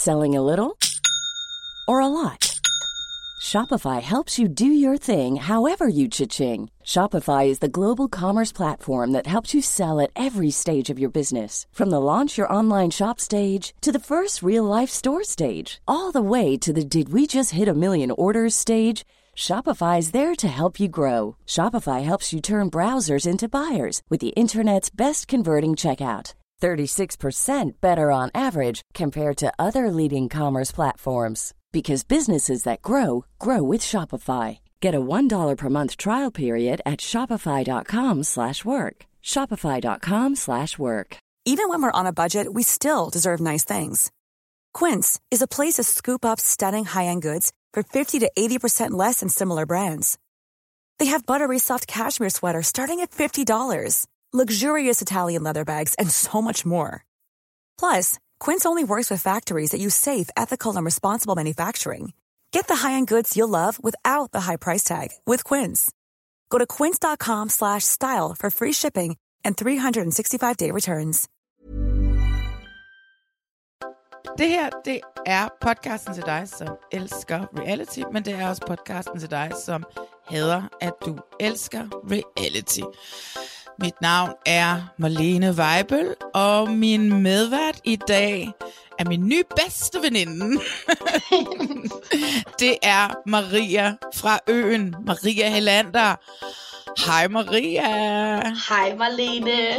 Selling a little or a lot? Shopify helps you do your thing however you cha-ching. Shopify is the global commerce platform that helps you sell at every stage of your business. From the launch your online shop stage to the first real-life store stage, all the way to the did we just hit a million orders stage. Shopify is there to help you grow. Shopify helps you turn browsers into buyers with the internet's best converting checkout. 36% better on average compared to other leading commerce platforms. Because businesses that grow, grow with Shopify. Get a $1 per month trial period at shopify.com/work. Shopify.com/work. Even when we're on a budget, we still deserve nice things. Quince is a place to scoop up stunning high-end goods for 50 to 80% less than similar brands. They have buttery soft cashmere sweaters starting at $50, luxurious Italian leather bags, and so much more. Plus, Quince only works with factories that use safe, ethical, and responsible manufacturing. Get the high-end goods you'll love without the high price tag with Quince. Go to quince.com/style for free shipping and 365-day returns. Det her, det er podcasten til dig, som elsker reality, men det er også podcasten til dig, som hader, at du elsker reality. Mit navn er Marlene Weibel, og min medvært i dag er min nye bedste veninde. Det er Maria fra øen, Maria Helander. Hej Maria. Hej Marlene.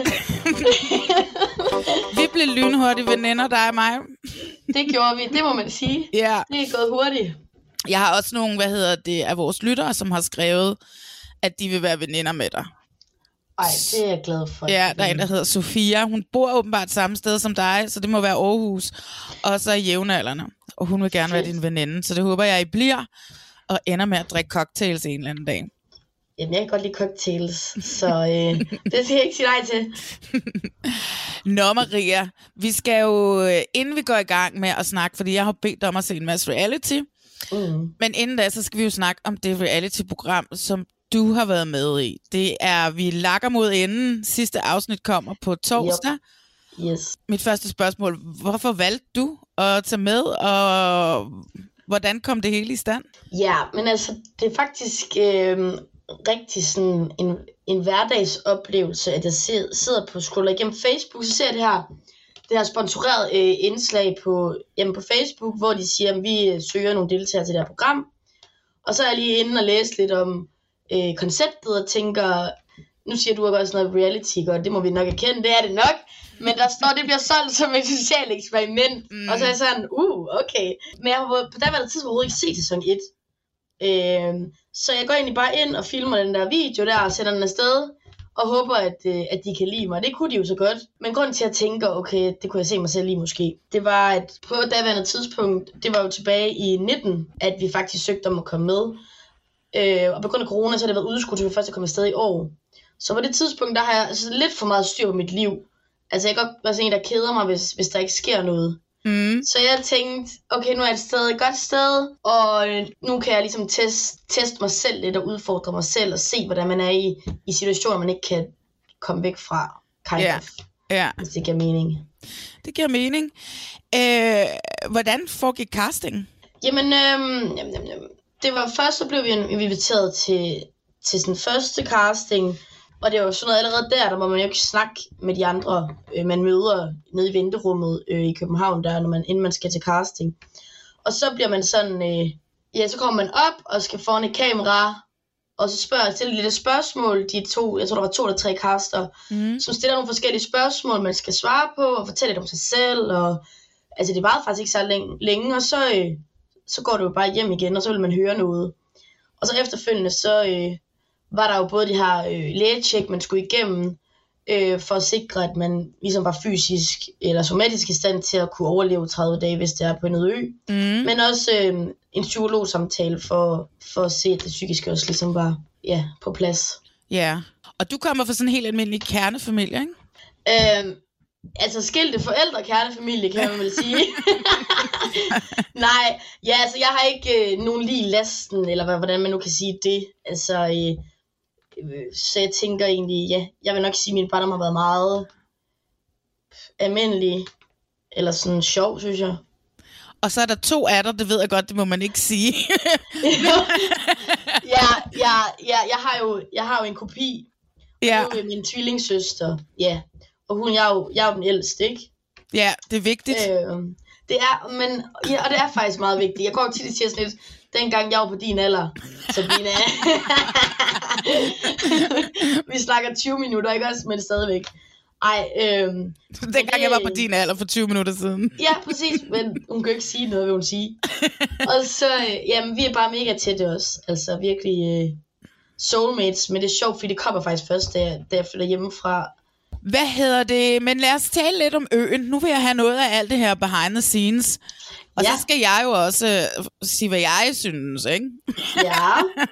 Vi blev lynhurtige veninder, dig og mig. Det gjorde vi, det må man sige. Ja. Det er gået hurtigt. Jeg har også nogle, af vores lyttere, som har skrevet, at de vil være veninder med dig. Ej, det er jeg glad for. Ja, der er en, der hedder Sofia. Hun bor åbenbart samme sted som dig, så det må være Aarhus. Og så er jævnaldrende. Og hun vil gerne være din veninde, så det håber jeg, I bliver. Og ender med at drikke cocktails en eller anden dag. Jamen, jeg kan godt lide cocktails, så det skal jeg ikke sige nej til. Nå Maria, vi skal jo, inden vi går i gang med at snakke, fordi jeg har bedt dig om at se en masse reality. Men inden da, så skal vi jo snakke om det reality-program, som du har været med i. Det er Vi lakker mod enden. Sidste afsnit kommer på torsdag. Yep. Yes. Mit første spørgsmål, hvorfor valgte du at tage med, og hvordan kom det hele i stand? Ja, men altså, det er faktisk rigtig sådan en hverdagsoplevelse, at jeg sidder på scroller igennem Facebook, så ser jeg det her sponsoreret indslag på Facebook, hvor de siger, at vi søger nogle deltagere til det her program. Og så er jeg lige inde og læse lidt om konceptet og tænker, nu siger du også noget reality, og det må vi nok erkende, det er det nok. Men der står, det bliver solgt som et socialt eksperiment. Og så er jeg sådan, okay. Men jeg har på daværende tidspunkt overhovedet ikke set sæson 1. Så jeg går egentlig bare ind og filmer den der video der og sender den afsted. Og håber, at de kan lide mig. Det kunne de jo så godt. Men grunden til, at jeg tænker, okay, det kunne jeg se mig selv lige måske. Det var, at på daværende tidspunkt, det var jo tilbage i 19, at vi faktisk søgte om at komme med. Og på grund af corona, så har det været udskudt, til vi først er kommet afsted i år. Så på det tidspunkt, der har jeg altså lidt for meget styr på mit liv. Altså jeg kan godt være sådan en, der keder mig, hvis der ikke sker noget. Så jeg tænkte, okay, nu er jeg et godt sted, og nu kan jeg ligesom teste mig selv lidt og udfordre mig selv og se, hvordan man er i situationer, man ikke kan komme væk fra. Hvis det giver mening. Det giver mening. Hvordan foregik casting? Jamen, det var først, så blev vi inviteret til sådan første casting. Og det var jo sådan noget allerede der må man jo ikke snakke med de andre, man møder nede i venterummet i København, der, inden man skal til casting. Og så bliver man sådan, så kommer man op og skal foran et kamera, og så spørger jeg til lidt spørgsmål, jeg tror der var 2 eller 3 caster, som stiller nogle forskellige spørgsmål, man skal svare på, og fortælle lidt om sig selv, og altså det varede faktisk ikke så længe, og så går det jo bare hjem igen, og så vil man høre noget. Og så efterfølgende, så var der jo både de her lægetjek, man skulle igennem, for at sikre, at man ligesom var fysisk eller somatisk i stand til at kunne overleve 30 dage, hvis det er på en øde ø. Men også en psykologsamtale for at se, at det psykiske også ligesom var på plads. Ja, og du kommer fra sådan en helt almindelig kernefamilie, ikke? Altså skilte forældre, kernefamilie, kan man vel sige. Nej, altså jeg har ikke nogen lige lasten, eller hvordan man nu kan sige det. Altså, så jeg tænker egentlig, jeg vil nok sige, at min barndom har været meget almindelig, eller sådan sjov, synes jeg. og så er der 2 af dig, det ved jeg godt, det må man ikke sige. Jeg har jo en kopi. Ja. Det er jo min tvillingsøster. Ja. Og jeg er jo den ældste, ikke? Ja, det er vigtigt. Det er, men ja, og det er faktisk meget vigtigt. Jeg går tit og siger sådan lidt, dengang jeg var på din alder, Sabina. Vi snakker 20 minutter, ikke også? Men stadigvæk. Dengang jeg var på din alder for 20 minutter siden. Ja, præcis, men hun kan ikke sige noget, vil hun sige. Og så, jamen, vi er bare mega tætte også. Altså virkelig soulmates, men det er sjovt, fordi det kommer faktisk først, da jeg flytter hjemmefra. Hvad hedder det? Men lad os tale lidt om øen. Nu vil jeg have noget af alt det her behind the scenes. Og så skal jeg jo også sige, hvad jeg synes, ikke? Ja,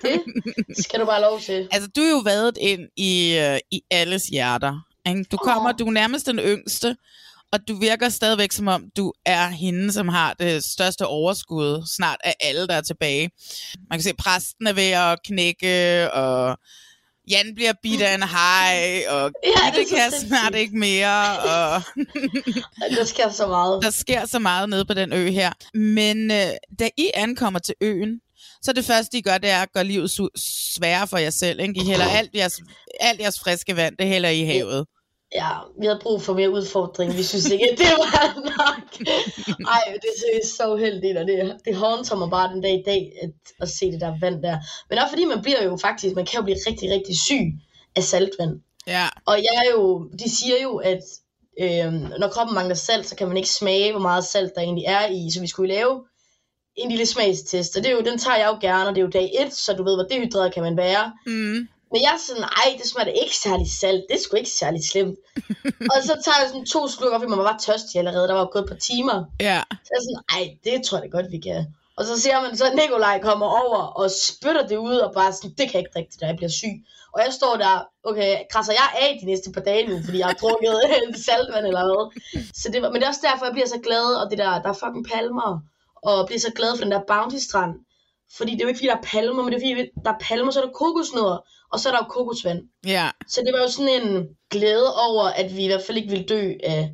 det skal du bare lov til. Altså, du er jo været ind i alles hjerter. Ikke? Du er nærmest den yngste, og du virker stadigvæk som om, du er hende, som har det største overskud snart af alle, der er tilbage. Man kan se, præsten er ved at knække, og Jan bliver bidt af en haj, og det kan snart ikke mere. Og der sker så meget. Der sker så meget nede på den ø her. Men da I ankommer til øen, så det første, I gør, det er at gøre livet sværere for jer selv. Ikke? I hælder alt jeres friske vand, det hælder I havet. Ja, vi havde brug for mere udfordring. Vi synes ikke, at det var nok. Ej, det er så uheldigt, og det håndter mig bare den dag i dag, at se det der vand der. Men også fordi man kan jo blive rigtig, rigtig syg af saltvand. Ja. Og de siger jo, at når kroppen mangler salt, så kan man ikke smage, hvor meget salt der egentlig er i. Så vi skulle lave en lille smagstest, og den tager jeg jo gerne, og det er jo dag 1, så du ved, hvor dehydreret kan man være. Mm. Men jeg er sådan, det smager ikke særlig salt, det er sgu ikke særlig slemt. Og så tager jeg sådan 2 slukker, fordi man var tørstig allerede, der var gået et par timer. Ja. Så jeg er sådan, det tror jeg da godt, vi kan. Og så ser man så, at Nikolaj kommer over og spytter det ud, og bare sådan, det kan jeg ikke drikke det der, jeg bliver syg. Og jeg står der, okay, krasser jeg af de næste par dage nu, fordi jeg har drukket saltvand eller hvad. Så men det er også derfor, jeg bliver så glad, og der er fucking palmer, og bliver så glad for den der Bounty-strand. Fordi det er jo ikke fordi, der er palmer, men det er fordi, der er palmer, så er der kokosnødder, og så er der jo kokosvand. Ja. Så det var jo sådan en glæde over, at vi i hvert fald ikke ville dø af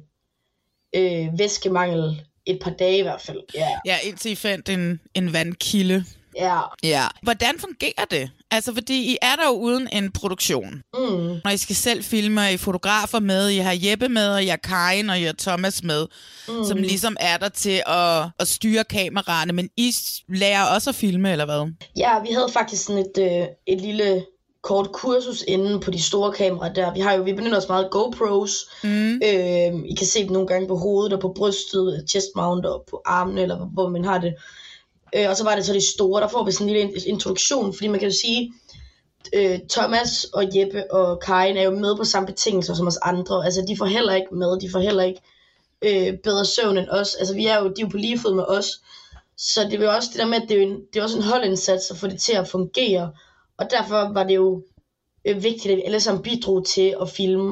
væskemangel et par dage i hvert fald. Yeah. Ja, indtil I fandt en vandkilde. Ja. Ja. Hvordan fungerer det? Altså, fordi I er der jo uden en produktion. Mm. Når I skal selv filme, I fotografer med, I har Jeppe med, og I har Karin, og I har Thomas med, som ligesom er der til at styre kameraerne. Men I lærer også at filme, eller hvad? Ja, vi havde faktisk sådan et lille kort kursus inde på de store kameraer der. Vi benytter os meget af GoPros. Mm. I kan se dem nogle gange på hovedet og på brystet, chest mount og på armene, eller hvor man har det. Og så var det så de store, der får vi sådan en lille introduktion, fordi man kan jo sige, Thomas og Jeppe og Karin er jo med på samme betingelser som os andre. Altså de får heller ikke med, de får heller ikke bedre søvn end os. Altså de er jo på lige fod med os. Så det er jo også det der med, at det er også en holdindsats at få det til at fungere. Og derfor var det jo vigtigt, at vi alle sammen bidrog til at filme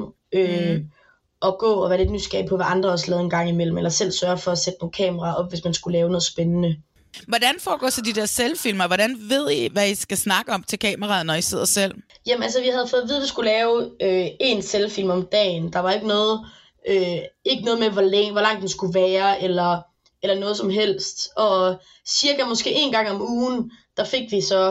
og gå og være lidt nysgerrige på, hvad andre også lavede en gang imellem, eller selv sørge for at sætte nogle kameraer op, hvis man skulle lave noget spændende. Hvordan foregår så de der selvfilmer? Hvordan ved I, hvad I skal snakke om til kameraet, når I sidder selv? Jamen altså, vi havde fået at vide, at vi skulle lave en selvfilm om dagen. Der var ikke noget med, hvor lang den skulle være, eller noget som helst. Og cirka måske 1 gang om ugen, der fik vi så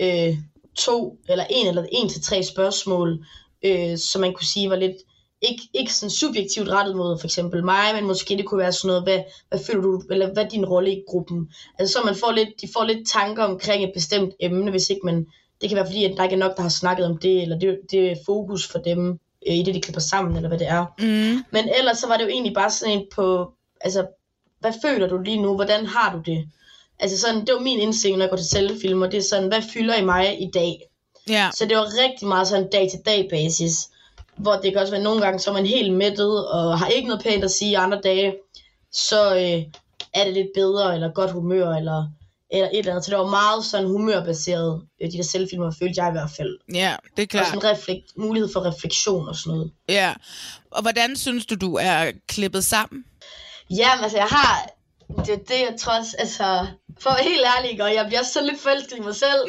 2 eller 1 til 3 spørgsmål, som man kunne sige var lidt ikke sådan subjektivt rettet mod for eksempel mig, men måske det kunne være sådan noget, hvad føler du, eller hvad er din rolle i gruppen? Altså så de får lidt tanker omkring et bestemt emne, hvis ikke man, det kan være fordi, at der ikke er nok, der har snakket om det, eller det er fokus for dem, i det de klipper sammen, eller hvad det er. Mm. Men ellers så var det jo egentlig bare sådan en på, altså, hvad føler du lige nu? Hvordan har du det? Altså sådan, det var min indstilling, når jeg går til selvfilm, og det er sådan, hvad fylder i mig i dag? Yeah. Så det var rigtig meget sådan dag-til-dag basis, hvor det kan også være nogle gange, så er man helt mættet, og har ikke noget pænt at sige, andre dage, så er det lidt bedre, eller godt humør, eller et eller andet. Så det var meget sådan humørbaseret, de der selvfilmer, følte jeg i hvert fald. Ja, det er klart. Og sådan mulighed for refleksion og sådan noget. Ja, og hvordan synes du er klippet sammen? Jamen, altså jeg har, det er det, jeg trods, altså, for at være helt ærlig, og jeg bliver sådan lidt forelsket i mig selv.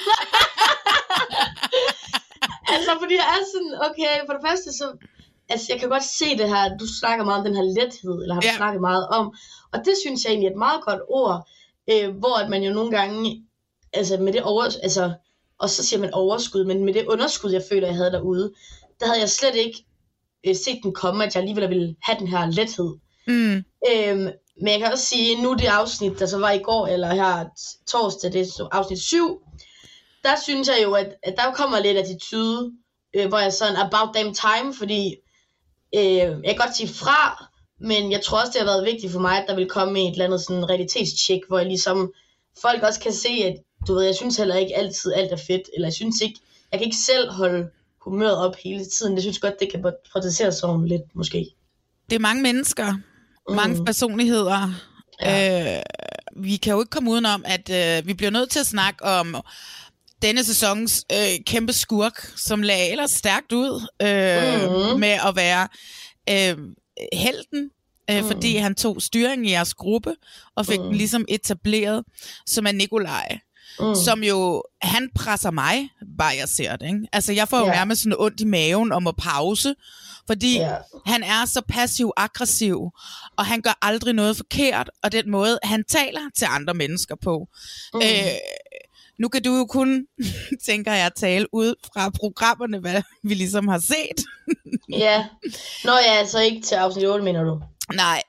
Altså, fordi jeg er sådan, okay, for det første så, altså jeg kan godt se det her, du snakker meget om den her lethed, eller har du snakket meget om, og Og det synes jeg egentlig er et meget godt ord, hvor at man jo nogle gange, altså med det og så siger man overskud, men med det underskud, jeg føler, jeg havde derude, der havde jeg slet ikke set den komme, at jeg alligevel ville have den her lethed. Men jeg kan også sige, nu det afsnit, der så var i går, eller her torsdag, det er afsnit 7, der synes jeg jo, at der kommer lidt attitude, hvor jeg sådan, about damn time, fordi jeg kan godt sige fra, men jeg tror også, det har været vigtigt for mig, at der vil komme et eller andet sådan realitetstjek, hvor jeg ligesom, folk også kan se, at du ved, jeg synes heller ikke altid alt er fedt, eller jeg kan ikke selv holde humøret op hele tiden. Jeg synes godt, det kan potentiere sådan lidt, måske. Det er mange mennesker, mange personligheder. Ja. Vi kan jo ikke komme udenom, at vi bliver nødt til at snakke om denne sæsons kæmpe skurk, som lagde ellers stærkt ud med at være helten, fordi han tog styringen i jeres gruppe, og fik den ligesom etableret, som er Nikolaj. Som jo, han presser mig, bare jeg ser det, ikke? Altså, jeg får jo nærmest sådan ondt i maven om at pause, fordi han er så passiv-aggressiv, og han gør aldrig noget forkert, og den måde, han taler til andre mennesker på. Nu kan du jo kun, tænker jeg, tale ud fra programmerne, hvad vi ligesom har set. Ja. Nå ja, altså ikke til afsnit 8, mener du? Nej,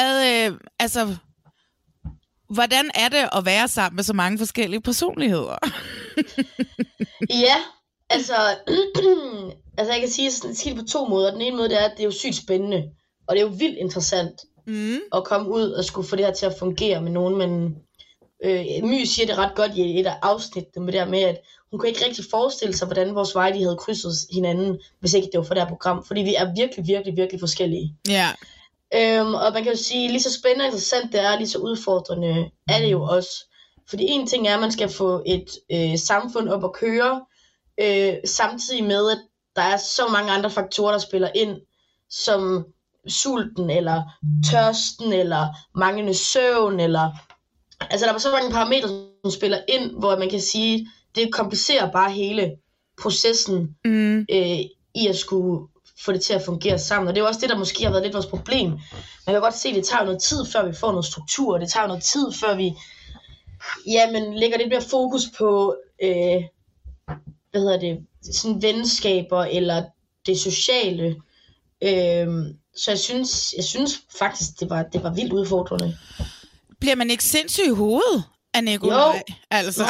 hvordan er det at være sammen med så mange forskellige personligheder? Ja, altså jeg kan sige det på to måder. Den ene måde, det er, at det er jo sygt spændende, og det er jo vildt interessant at komme ud og skulle få det her til at fungere med nogen, men My siger det ret godt i et af afsnittene med det der med, at hun kan ikke rigtig forestille sig, hvordan vores veje de havde krydset hinanden, hvis ikke det var for det her program, fordi vi er virkelig, virkelig, virkelig forskellige. Ja. Og man kan jo sige, lige så spændende og interessant det er, lige så udfordrende er det jo også. Fordi en ting er, at man skal få et samfund op at køre, samtidig med, at der er så mange andre faktorer, der spiller ind, som sulten, eller tørsten, eller manglende søvn, eller altså der er så mange parametre, som spiller ind, hvor man kan sige, det komplicerer bare hele processen i at skulle få det til at fungere sammen. Og det er jo også det, der måske har været lidt vores problem. Man kan godt se, at det tager noget tid, før vi får noget struktur, og det tager noget tid, før vi lægger lidt mere fokus på sådan venskaber, eller det sociale. Så jeg synes faktisk, det var vildt udfordrende. Bliver man ikke sindssyg i hovedet af Nikolaj? Altså.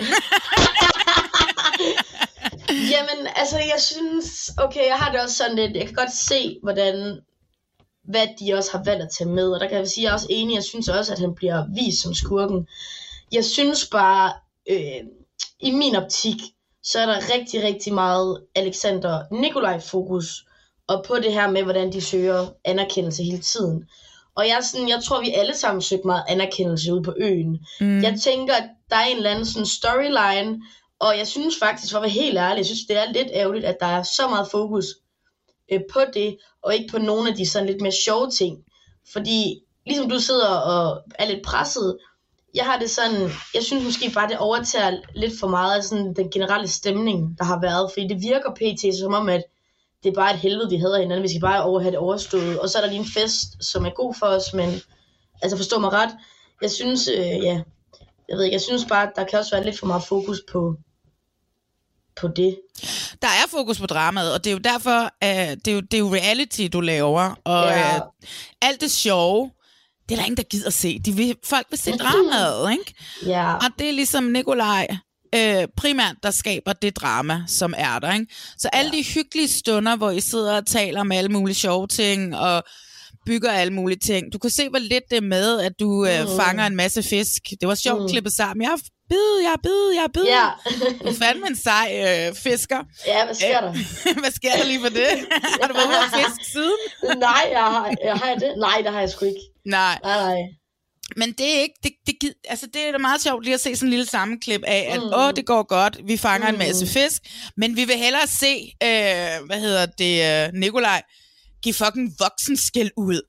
Jamen, altså, jeg synes, okay, jeg har det også sådan lidt, jeg kan godt se, hvad de også har valgt at tage med, og der kan jeg sige, jeg er også enig, jeg synes også, at han bliver vist som skurken. Jeg synes bare, i min optik, så er der rigtig, rigtig meget Alexander Nikolaj-fokus, og på det her med, hvordan de søger anerkendelse hele tiden. Og jeg tror, vi alle sammen søger meget anerkendelse ude på øen. Jeg tænker, at der er en eller anden sådan storyline, og jeg synes faktisk, for at være helt ærlig, jeg synes, det er lidt ærgerligt, at der er så meget fokus på det, og ikke på nogle af de sådan lidt mere sjove ting. Fordi ligesom du sidder og er lidt presset, jeg har det sådan, jeg synes måske bare, det overtager lidt for meget af sådan den generelle stemning, der har været. Fordi det virker pt. Som om, at det er bare et helvede, vi hader hinanden. Vi skal bare have det overstået. Og så er der lige en fest, som er god for os, men altså forstå mig ret. Jeg synes, jeg ved ikke, jeg synes bare, at der kan også være lidt for meget fokus på det. Der er fokus på dramaet, og det er jo derfor, det er jo reality, du laver. Og alt det sjove, det er der ingen, der gider se. Folk vil se dramaet, ikke? Ja. Og det er ligesom Nikolaj primært, der skaber det drama, som er der, ikke? Så alle de hyggelige stunder, hvor I sidder og taler om alle mulige sjove ting, og bygger alle mulige ting. Du kan se, hvor lidt det er med, at du fanger en masse fisk. Det var sjovt klippet sammen. Jeg bid. Ja. Du er fandme en sej fisker. Ja, hvad sker der? Hvad sker der lige for det? Har du været ude at fisk siden? Nej, jeg har det. Nej, det har jeg sgu ikke. Nej. Men det er ikke, det er da meget sjovt lige at se sådan en lille sammenklip af, at det går godt, vi fanger en masse fisk, men vi vil hellere se, Nikolaj give fucking voksenskæld ud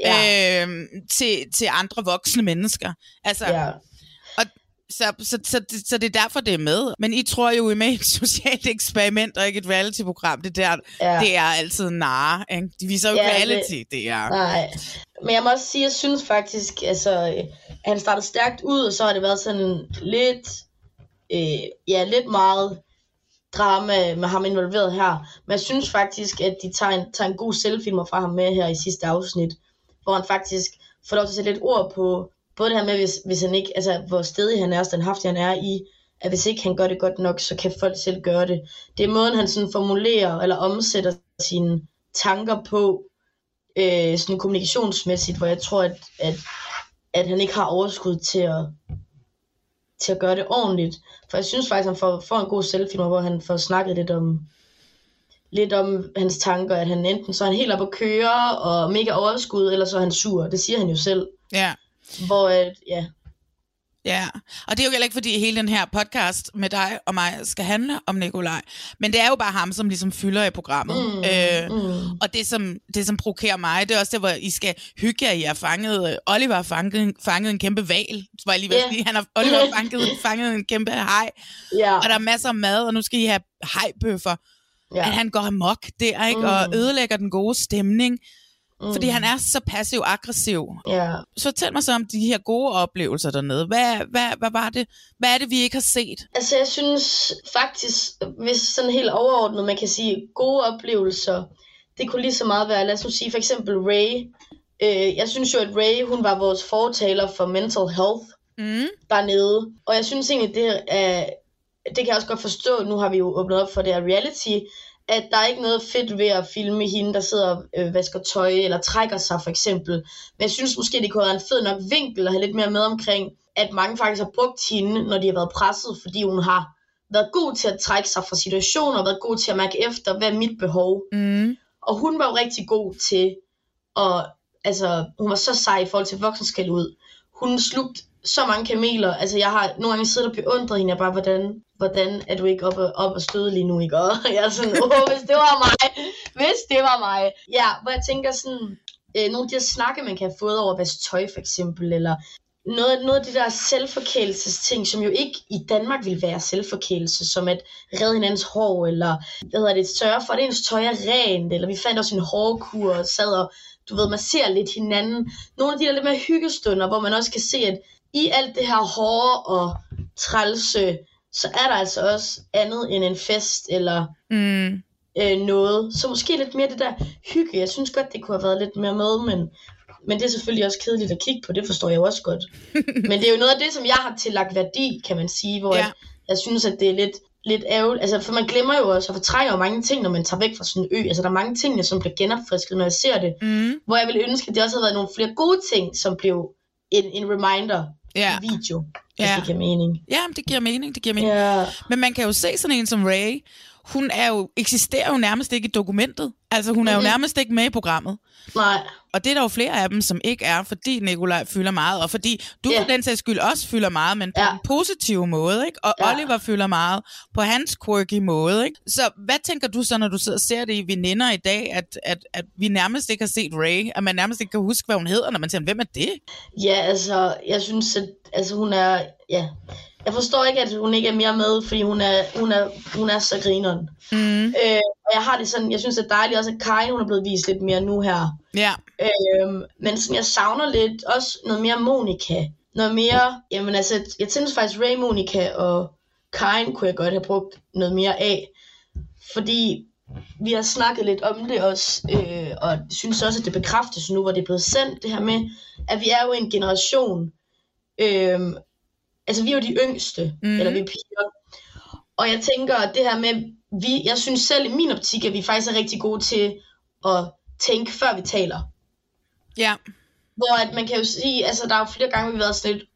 til andre voksne mennesker. Altså, og så det er derfor, det er med. Men I tror jo, I er med et socialt eksperiment og ikke et reality-program. Det er altid narre, ikke? De viser jo ikke reality, det er. Nej. Men jeg må også sige, at jeg synes faktisk, altså, at han startede stærkt ud, og så har det været sådan lidt, lidt meget drama med ham involveret her. Men jeg synes faktisk, at de tager en god selvfilmer fra ham med her i sidste afsnit, hvor han faktisk får lov til at sætte lidt ord på, både det her med, hvis han ikke, altså hvor stedig han er, og standhaftig han er i, at hvis ikke han gør det godt nok, så kan folk selv gøre det. Det er måden, han sådan formulerer eller omsætter sine tanker på, sådan kommunikationsmæssigt, hvor jeg tror, at han ikke har overskud til at gøre det ordentligt. For jeg synes faktisk, at han får en god selvfilm, hvor han får snakket lidt om hans tanker, at han enten så er han helt op at køre og mega overskud, eller så er han sur. Det siger han jo selv. Ja. Hvor, Ja, og det er jo heller ikke, fordi hele den her podcast med dig og mig skal handle om Nikolaj. Men det er jo bare ham, som ligesom fylder i programmet. Og det, som provokerer mig, det er også det, hvor I skal hygge jer. I har fanget, Oliver har fanget en kæmpe hval. Var jeg lige ved at sige. Oliver har fanget en kæmpe haj. Og der er masser af mad, og nu skal I have hajbøffer. At han går amok der, ikke? Og ødelægger den gode stemning. Fordi han er så passiv-aggressiv. Så fortæl mig så om de her gode oplevelser dernede. Hvad var det? Hvad er det, vi ikke har set? Altså, jeg synes faktisk, hvis sådan helt overordnet, man kan sige, gode oplevelser, det kunne lige så meget være, lad os nu sige for eksempel Ray. Jeg synes jo, at Ray, hun var vores fortaler for mental health dernede. Og jeg synes egentlig, det kan jeg også godt forstå, nu har vi jo åbnet op for det her reality, at der er ikke noget fedt ved at filme hende, der sidder og vasker tøj, eller trækker sig for eksempel. Men jeg synes måske, det kunne have en fed nok vinkel, at have lidt mere med omkring, at mange faktisk har brugt hende, når de har været presset, fordi hun har været god til at trække sig fra situationer, og været god til at mærke efter, hvad er mit behov. Og hun var jo rigtig god til, hun var så sej i forhold til voksenskæld ud. Hun slugte så mange kameler, altså jeg har nogle gange siddet og beundret hende, bare hvordan er du ikke op og støde lige nu, ikke? Og jeg er sådan, hvis det var mig. Ja, hvor jeg tænker sådan, nogle af de her snakke, man kan have fået over at vaske tøj for eksempel, eller noget af det der selvforkælelsesting, som jo ikke i Danmark vil være selvforkælelse, som at redde hinandens hår, eller sørge for, at ens tøj er rent, eller vi fandt også en hårkur og sad og, masserer lidt hinanden. Nogle af de der lidt mere hyggestunder, hvor man også kan se, at i alt det her hårde og trælse, så er der altså også andet end en fest eller noget. Så måske lidt mere det der hygge. Jeg synes godt, det kunne have været lidt mere med, men det er selvfølgelig også kedeligt at kigge på. Det forstår jeg også godt. Men det er jo noget af det, som jeg har tillagt værdi, kan man sige, hvor jeg synes, at det er lidt ærgerligt. Altså, for man glemmer jo også og fortrænger jo mange ting, når man tager væk fra sådan en ø. Altså, der er mange ting, som bliver genopfrisket, når jeg ser det. Hvor jeg ville ønske, at det også havde været nogle flere gode ting, som blev en reminder i video. Hvis det giver mening. Ja, det giver mening. Men man kan jo se sådan en som Ray. Hun eksisterer jo nærmest ikke i dokumentet. Altså, hun er jo nærmest ikke med i programmet. Nej. Og det er der jo flere af dem, som ikke er, fordi Nikolaj fylder meget, og fordi du for den sags skyld også fylder meget, men på en positiv måde, ikke? Og Oliver fylder meget på hans quirky måde, ikke? Så hvad tænker du så, når du sidder og ser det i Veninder i dag, at vi nærmest ikke har set Ray, at man nærmest ikke kan huske, hvad hun hedder, når man siger, hvem er det? Ja, altså, jeg synes, at hun er, jeg forstår ikke, at hun ikke er mere med, fordi hun er så grineren. Og jeg har det sådan, jeg synes, det er dejligt også, at Karin, hun er blevet vist lidt mere nu her. Ja. Men sådan, jeg savner lidt også noget mere Monica. Noget mere, jamen altså, jeg synes faktisk, Ray, Monica og Karin kunne jeg godt have brugt noget mere af. Fordi vi har snakket lidt om det også, og jeg synes også, at det bekræftes nu, hvor det er blevet sendt, det her med, at vi er jo en generation, altså vi er jo de yngste, eller vi er piger. Og jeg tænker, at det her med, jeg synes selv i min optik, at vi faktisk er rigtig gode til at tænke, før vi taler. Ja. Hvor at man kan jo sige, altså der er jo flere gange, vi har været sådan lidt,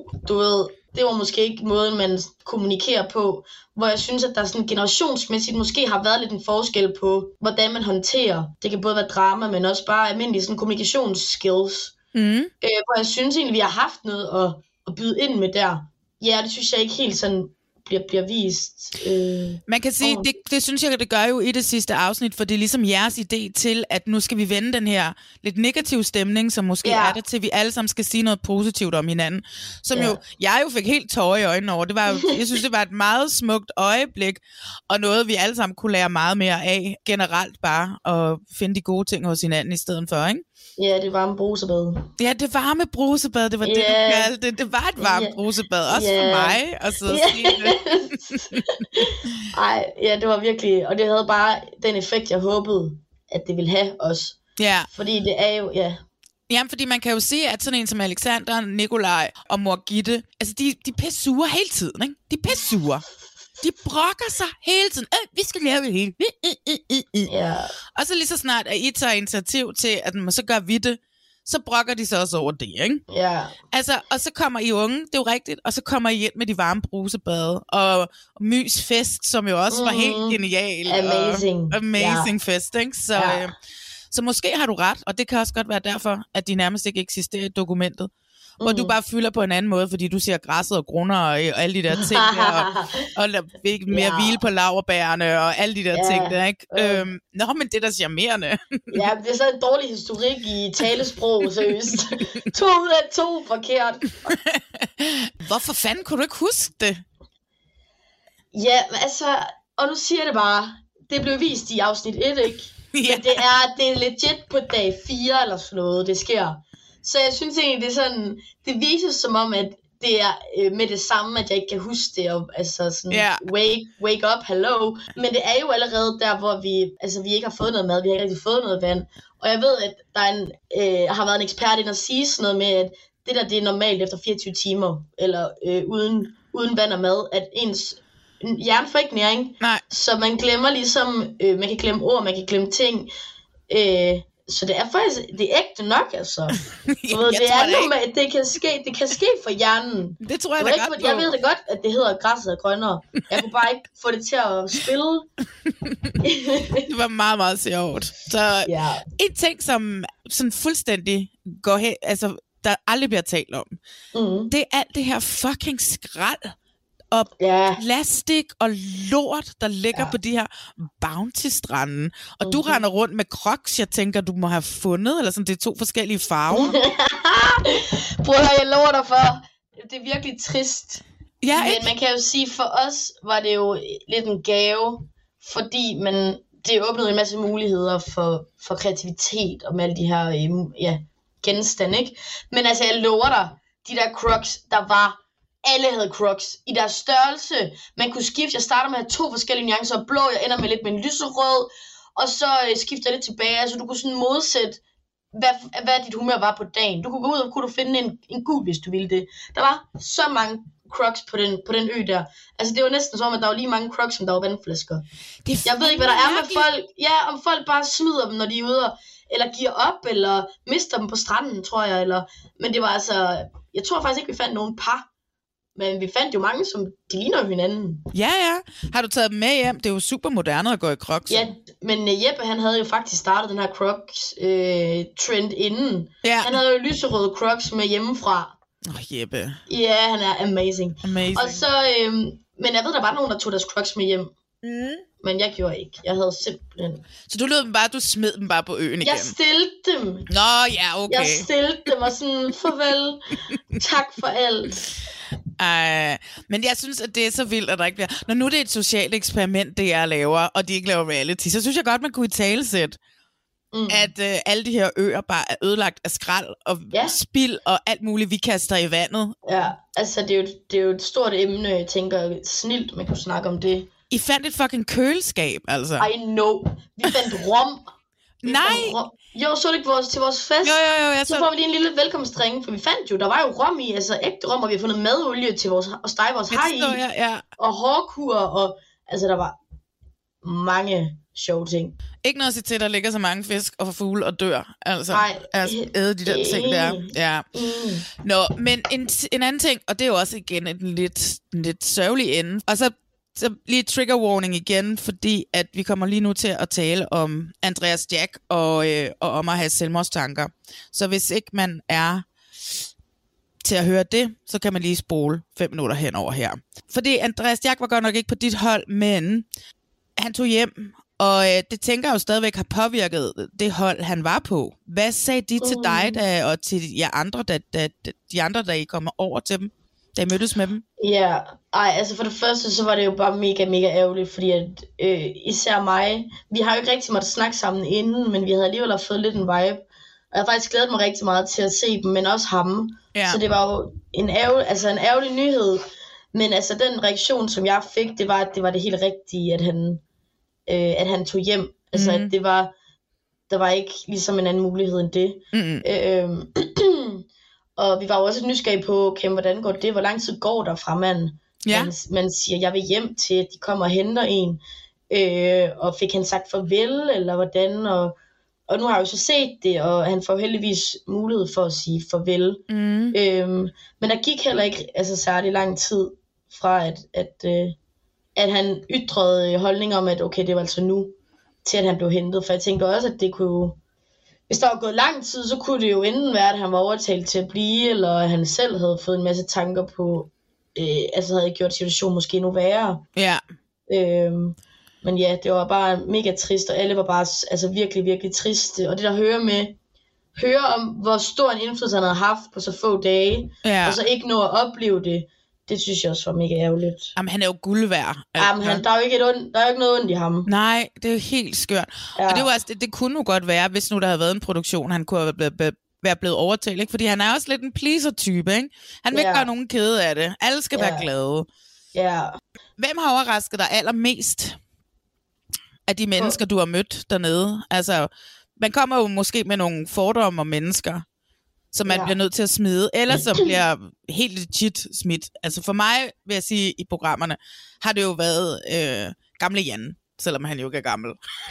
det var måske ikke måden, man kommunikerer på. Hvor jeg synes, at der sådan generationsmæssigt måske har været lidt en forskel på, hvordan man håndterer. Det kan både være drama, men også bare almindelige sådan kommunikationsskills. Hvor jeg synes egentlig, vi har haft noget at byde ind med der. Ja, det synes jeg ikke helt sådan bliver vist. Man kan sige, det synes jeg, det gør jo i det sidste afsnit, for det er ligesom jeres idé til, at nu skal vi vende den her lidt negative stemning, som måske er der til, vi alle sammen skal sige noget positivt om hinanden. Som jeg fik helt tårer i øjnene over. Det var jo, jeg synes, det var et meget smukt øjeblik, og noget, vi alle sammen kunne lære meget mere af, generelt bare, at finde de gode ting hos hinanden i stedet for, ikke? Ja, det varme brusebad. Ja, det varme brusebad, det var det, du kaldte det. Det var et varmt brusebad, også for mig. Og så sige det. Ej, ja, det var virkelig... Og det havde bare den effekt, jeg håbede, at det ville have også. Ja. Fordi det er jo... Ja. Jamen, fordi man kan jo se, at sådan en som Alexander, Nikolaj og mor Gitte, altså de er pisse sure hele tiden, ikke? De er pisse sure. De brokker sig hele tiden. Vi skal lave det hele. Ja. Og så lige så snart, at I tager initiativ til, at man så gør vi det, så brokker de sig også over det, ikke? Ja. Altså, og så kommer I unge, det er jo rigtigt, og så kommer I ind med de varme brusebade, og Mys fest, som jo også var helt genial. Amazing fest, ikke? Så måske har du ret, og det kan også godt være derfor, at de nærmest ikke eksisterer i dokumentet. Hvor du bare fylder på en anden måde, fordi du ser græsset og grunder og alle de der ting der, og mere hvile på laurbærene og alle de der ting der, ikke? Nå, men det er da charmerende. Ja, det er så en dårlig historik i talesprog, seriøst. 2 ud af 2 forkert. Hvorfor fanden kunne du ikke huske det? Ja, altså, og nu siger jeg det bare, det blev vist i afsnit 1, ikke? Men det er legit på dag 4 eller sådan noget, det sker. Så jeg synes egentlig, det er sådan, det vises som om, at det er med det samme, at jeg ikke kan huske det, og altså sådan, wake up, hello. Men det er jo allerede der, hvor vi ikke har fået noget mad, vi har ikke rigtig fået noget vand. Og jeg ved, at der er har været en ekspert ind og sige sådan noget med, at det er normalt efter 24 timer, eller uden vand og mad, at ens hjerne får ikke næring. Nej. Så man glemmer ligesom, man kan glemme ord, man kan glemme ting. Så det er faktisk, det er ægte nok, altså. Det kan ske for hjernen. Det tror jeg da godt på. Jeg ved det godt, at det hedder græsset er grønnere. Jeg kunne bare ikke få det til at spille. Det var meget, meget sjovt. Så en ting, som sådan fuldstændig går hen, altså der aldrig bliver talt om, det er alt det her fucking skrald og plastik og lort, der ligger på de her Bounty-stranden. Og du render rundt med Crocs, jeg tænker, du må have fundet, eller sådan, det er 2 forskellige farver. Prøv at høre, jeg lover dig for, det er virkelig trist. Ja, men man kan jo sige, for os var det jo lidt en gave, fordi det åbnede en masse muligheder for kreativitet og med alle de her genstande, ikke? Men altså, jeg lover dig, de der Crocs, der var alle havde Crocs i deres størrelse. Man kunne skifte. Jeg starter med at have 2 forskellige nuancer. Blå, jeg ender med lidt med en lyserød. Og så skifter jeg lidt tilbage. Altså du kunne sådan modsætte, hvad dit humør var på dagen. Du kunne gå ud og kunne du finde en gul, hvis du ville det. Der var så mange Crocs på den ø der. Altså det var næsten som, at der var lige mange Crocs, som der var vandflasker. Jeg ved ikke, hvad der er med folk. Ja, om folk bare smider dem, når de er ude eller giver op, eller mister dem på stranden, tror jeg. Men det var altså, jeg tror faktisk ikke, vi fandt nogen par. Men vi fandt jo mange, som de ligner jo hinanden. Ja. Har du taget dem med hjem? Det er jo super moderne at gå i Crocs. Ja, men Jeppe, han havde jo faktisk startet den her Crocs-trend inden. Ja. Han havde jo lyserøde Crocs med hjemmefra. Jeppe. Ja, han er amazing. Og så, men jeg ved, der var nogen, der tog deres Crocs med hjem. Men jeg gjorde ikke. Jeg havde simpelthen... Så du smed dem bare på øen igen? Jeg stillede dem. Nå, ja, okay. Jeg stillede dem og sådan, farvel, tak for alt. Men jeg synes, at det er så vildt, at der ikke bliver... Når nu det er et socialt eksperiment, det jeg laver, og de ikke laver reality, så synes jeg godt, man kunne italesætte, at alle de her øer bare er ødelagt af skrald og spild og alt muligt, vi kaster i vandet. Ja, altså det er jo et stort emne, jeg tænker, snilt, man kunne snakke om det. I fandt et fucking køleskab, altså. I know. Vi fandt rom. Jo, så det ikke til vores fest? Jo. Så får vi lige en lille velkomstring, for vi fandt jo, der var jo rom i, altså ægte rom, og vi har fundet madolie til at stege vores haj i. Og hårkur, og altså der var mange sjove ting. Ikke noget at sige til, der ligger så mange fisk og fugle og dør. Altså, æde de der ting der. Ja. Nå, men en anden ting, og det er jo også igen en lidt sørgelig ende. Og så lige trigger warning igen, fordi at vi kommer lige nu til at tale om Andreas Jack og om at have selvmordstanker. Så hvis ikke man er til at høre det, så kan man lige spole 5 minutter henover her. Fordi Andreas Jack var godt nok ikke på dit hold, men han tog hjem, og det tænker jeg jo stadigvæk har påvirket det hold, han var på. Hvad sagde de til dig og til jer andre, de andre, da I kommer over til dem? Da I mødtes med dem? Ja, altså for det første, så var det jo bare mega, mega ærgerligt, fordi at især mig, vi har jo ikke rigtig måttet snakke sammen inden, men vi havde alligevel fået lidt en vibe, og jeg har faktisk glædet mig rigtig meget til at se dem, men også ham. Ja. Så det var jo en ærgerlig nyhed. Men altså den reaktion, som jeg fik, det var, at det var det helt rigtige, at han tog hjem. Altså at der var ikke ligesom en anden mulighed end det. Og vi var jo også nysgerrige på, okay, hvordan går det? Hvor lang tid går der fra man siger, jeg vil hjem til, at de kommer og henter en? Og fik han sagt farvel, eller hvordan? Og nu har jeg jo så set det, og han får heldigvis mulighed for at sige farvel. Men der gik heller ikke særlig lang tid fra, at han ytrede holdning om, at okay, det var altså nu, til at han blev hentet. For jeg tænkte også, at det kunne... Hvis der var gået lang tid, så kunne det jo enten være, at han var overtalt til at blive, eller at han selv havde fået en masse tanker på, havde gjort situationen måske endnu værre. Ja. Men ja, det var bare mega trist, og alle var bare virkelig, virkelig triste. Og det der høre om, hvor stor en indflydelse han havde haft på så få dage, og så ikke nå at opleve det, det synes jeg også var mega ærgerligt. Jamen, han er jo guld værd. Jamen, der er jo ikke noget ondt i ham. Nej, det er jo helt skørt. Ja. Og det var det kunne jo godt være, hvis nu der havde været en produktion, han kunne have være blevet overtalt, ikke? Fordi han er også lidt en pleaser-type, ikke? Han vil ikke gøre nogen kede af det. Alle skal være glade. Ja. Hvem har overrasket dig allermest af de mennesker, du har mødt dernede? Altså, man kommer jo måske med nogle fordomme om mennesker, som man bliver nødt til at smide, eller som bliver helt legit smidt. Altså for mig, vil jeg sige, i programmerne, har det jo været gamle Jan, selvom han jo ikke er gammel.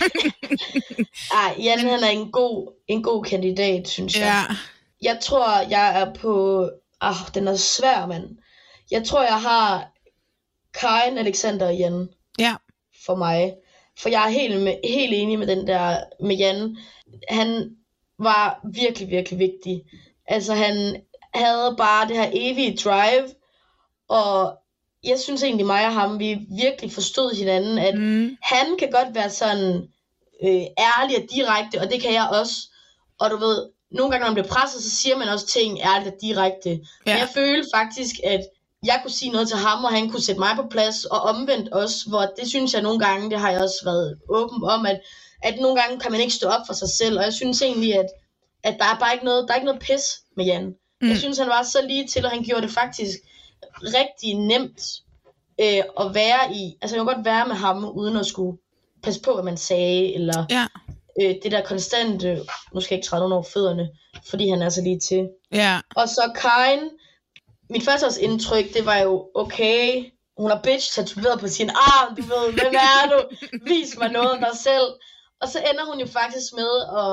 Jan, han er en god kandidat, synes jeg. Ja. Jeg tror, jeg er på... den er svær, mand. Jeg tror, jeg har Karin, Alexander og Jan for mig. For jeg er helt enig med den der med Jan. Han var virkelig, virkelig vigtig. Altså han havde bare det her evige drive, og jeg synes egentlig mig og ham, vi virkelig forstod hinanden, at han kan godt være sådan ærlig og direkte, og det kan jeg også. Og du ved, nogle gange når man bliver presset, så siger man også ting ærligt og direkte. Ja. Men jeg følte faktisk, at jeg kunne sige noget til ham, og han kunne sætte mig på plads, og omvendt også, hvor det synes jeg nogle gange, det har jeg også været åben om, at nogle gange kan man ikke stå op for sig selv, og jeg synes egentlig, at der er bare ikke noget pis med Jan. Jeg synes, han var så lige til, og han gjorde det faktisk rigtig nemt at være i. Altså, jeg kan godt være med ham, uden at skulle passe på, hvad man sagde, eller det der konstante, nu skal jeg ikke træde nogen over fødderne, fordi han er så lige til. Ja. Og så Karin, mit førsteårsindtryk, det var jo, okay, hun har bitch tatoveret på sin arm, du ved, hvem er du? Vis mig noget om dig selv. Og så ender hun jo faktisk med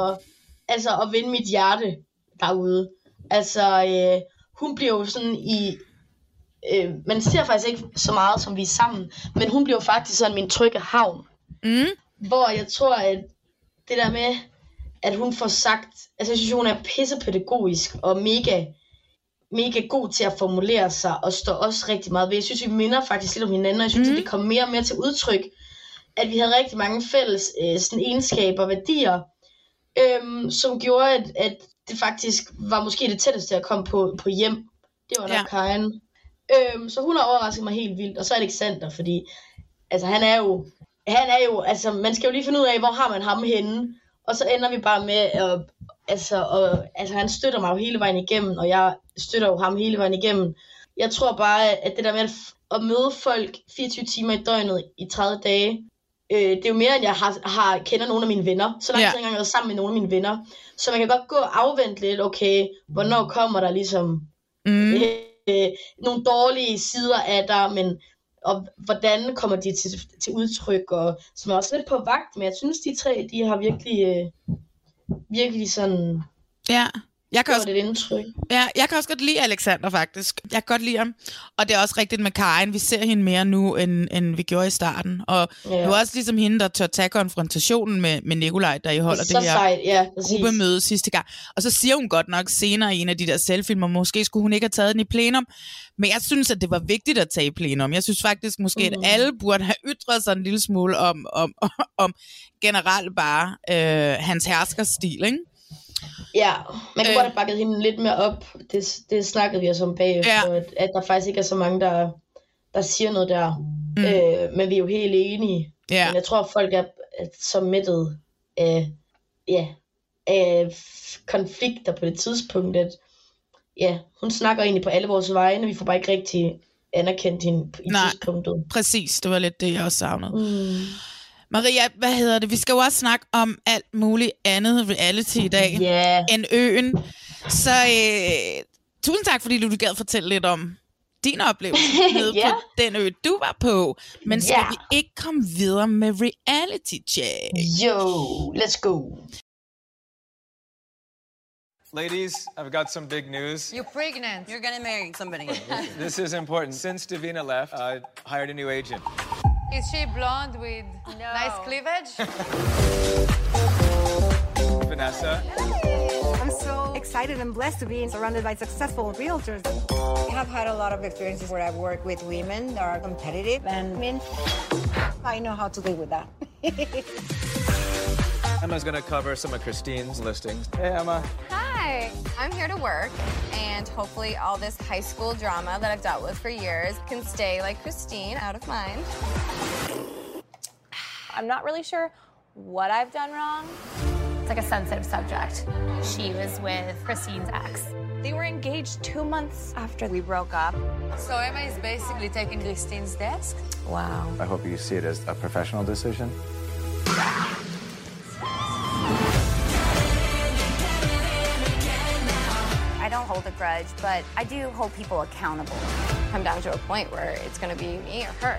at vinde mit hjerte derude. Altså, hun bliver jo sådan man ser faktisk ikke så meget, som vi er sammen, men hun bliver jo faktisk sådan min trygge havn. Hvor jeg tror, at det der med, at hun får sagt, altså jeg synes, hun er pissepædagogisk og mega god til at formulere sig, og står også rigtig meget ved. Jeg synes, vi minder faktisk lidt om hinanden, og jeg synes, at det kom mere og mere til udtryk, at vi havde rigtig mange fælles sådan egenskaber og værdier, som gjorde, at det faktisk var måske det tætteste at komme på hjem. Det var nok Karin. Så hun har overrasket mig helt vildt. Og så Alexander, fordi altså, han er jo, altså man skal jo lige finde ud af, hvor har man ham henne. Og så ender vi bare med, altså han støtter mig jo hele vejen igennem, og jeg støtter jo ham hele vejen igennem. Jeg tror bare, at det der med at møde folk 24 timer i døgnet i 30 dage, det er jo mere, end jeg kender nogle af mine venner. Så langt jeg engang været sammen med nogle af mine venner. Så man kan godt gå og afvente lidt, okay, hvornår kommer der ligesom nogle dårlige sider af dig, og hvordan kommer de til udtryk, og som er også lidt på vagt, men jeg synes, de tre, de har virkelig sådan... Ja. Jeg kan også godt lide Alexander, faktisk. Jeg kan godt lide ham. Og det er også rigtigt med Karin. Vi ser hende mere nu, end vi gjorde i starten. Og det var også ligesom hende, der tør tage konfrontationen med Nikolaj, der I holder det her gruppemøde sidste gang. Og så siger hun godt nok senere i en af de der selvfilmer, måske skulle hun ikke have taget den i plenum. Men jeg synes, at det var vigtigt at tage i plenum. Jeg synes faktisk måske, at alle burde have ytret sig en lille smule om generelt bare hans herskerstil, ikke? Ja, man kan godt have bakket hende lidt mere op. Det snakkede vi også om bagefter, at der faktisk ikke er så mange, der siger noget der. Men vi er jo helt enige. Men jeg tror, at folk er så mættet af konflikter på det tidspunkt, at ja, hun snakker egentlig på alle vores vegne, vi får bare ikke rigtig anerkendt hende i tidspunktet. Præcis, det var lidt det, jeg også savnede. Maria, hvad hedder det? Vi skal jo også snakke om alt muligt andet reality i dag end øen. Så tusind tak, fordi du gad fortælle lidt om din oplevelse nede på den ø, du var på. Men skal vi ikke komme videre med reality check? Jo, let's go. Ladies, I've got some big news. You're pregnant. You're gonna marry somebody. This is important. Since Davina left, I hired a new agent. Is she blonde with nice cleavage? Vanessa. I'm so excited and blessed to be surrounded by successful realtors. I have had a lot of experiences where I've worked with women that are competitive, and I know how to deal with that. Emma's going to cover some of Christine's listings. Hey, Emma. Hi. I'm here to work, and hopefully all this high school drama that I've dealt with for years can stay like Christine, out of mind. I'm not really sure what I've done wrong. It's like a sensitive subject. She was with Christine's ex. They were engaged 2 months after we broke up. So Emma is basically taking Christine's desk? Wow. I hope you see it as a professional decision. I don't hold a grudge, but I do hold people accountable. I'm down to a point where it's going to be me or her.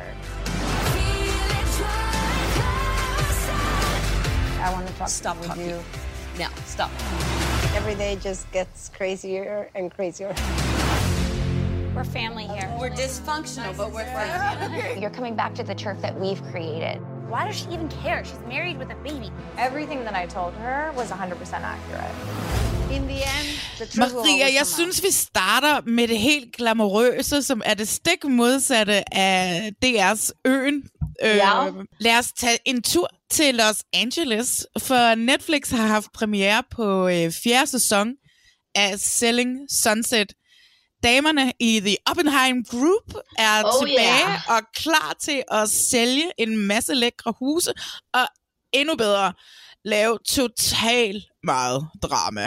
I want to talk with you. No, stop. Every day just gets crazier and crazier. We're family here. We're dysfunctional, but we're friends. You're coming back to the turf that we've created. Why does she even care? She's married with a baby. Everything that I told her was 100% accurate. In the end, the truth will always Maria, jeg come synes, vi starter med det helt glamourøse, som er det stik modsatte af DR's Øen. Lad os tage en tur til Los Angeles, for Netflix har haft premiere på 4. sæson af Selling Sunset. Damerne i The Oppenheim Group er tilbage og klar til at sælge en masse lækre huse, og endnu bedre, lave totalt meget drama.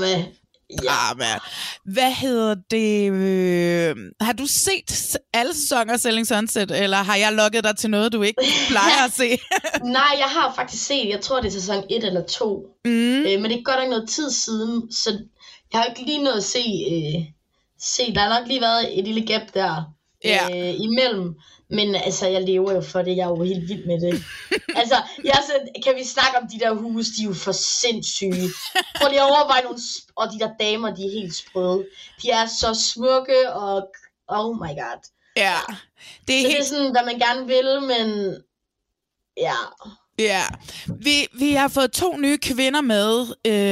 Drama. Hvad hedder det? Har du set alle sæsoner af Selling Sunset, eller har jeg lukket dig til noget, du ikke plejer at se? Nej, jeg har faktisk set, jeg tror det er sæson 1 eller 2. Men det er godt nok noget tid siden, så jeg har ikke lige noget at se. Der har nok lige været et lille gap der imellem. Men altså, jeg lever jo for det. Jeg er jo helt vild med det. Altså, kan vi snakke om de der huse? De er jo for sindssyge. Prøv lige at overveje nogle... Og de der damer, de er helt sprøde. De er så smukke, og... Oh my god. Ja. Det er sådan, hvad man gerne vil, men... Ja... Ja, vi har fået 2 nye kvinder med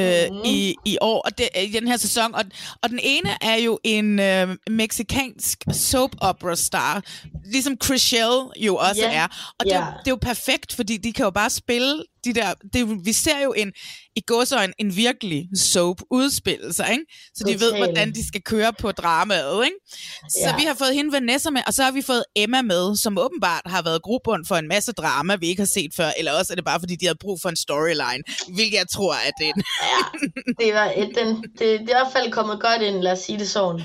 i år, og i den her sæson, og den ene er jo en mexicansk soap opera star, ligesom Chrishell jo også er, og det er jo perfekt, fordi de kan jo bare spille de der, vi ser jo i gåseøjne en virkelig soap udspille sig, ikke? Så de ved, hvordan de skal køre på dramaet, ikke? Så vi har fået hende Vanessa med, og så har vi fået Emma med, som åbenbart har været grobund for en masse drama, vi ikke har set før, eller også er det bare, fordi de havde brug for en storyline, hvilket jeg tror er den. Det er i hvert fald kommet godt ind, lad os sige det sådan.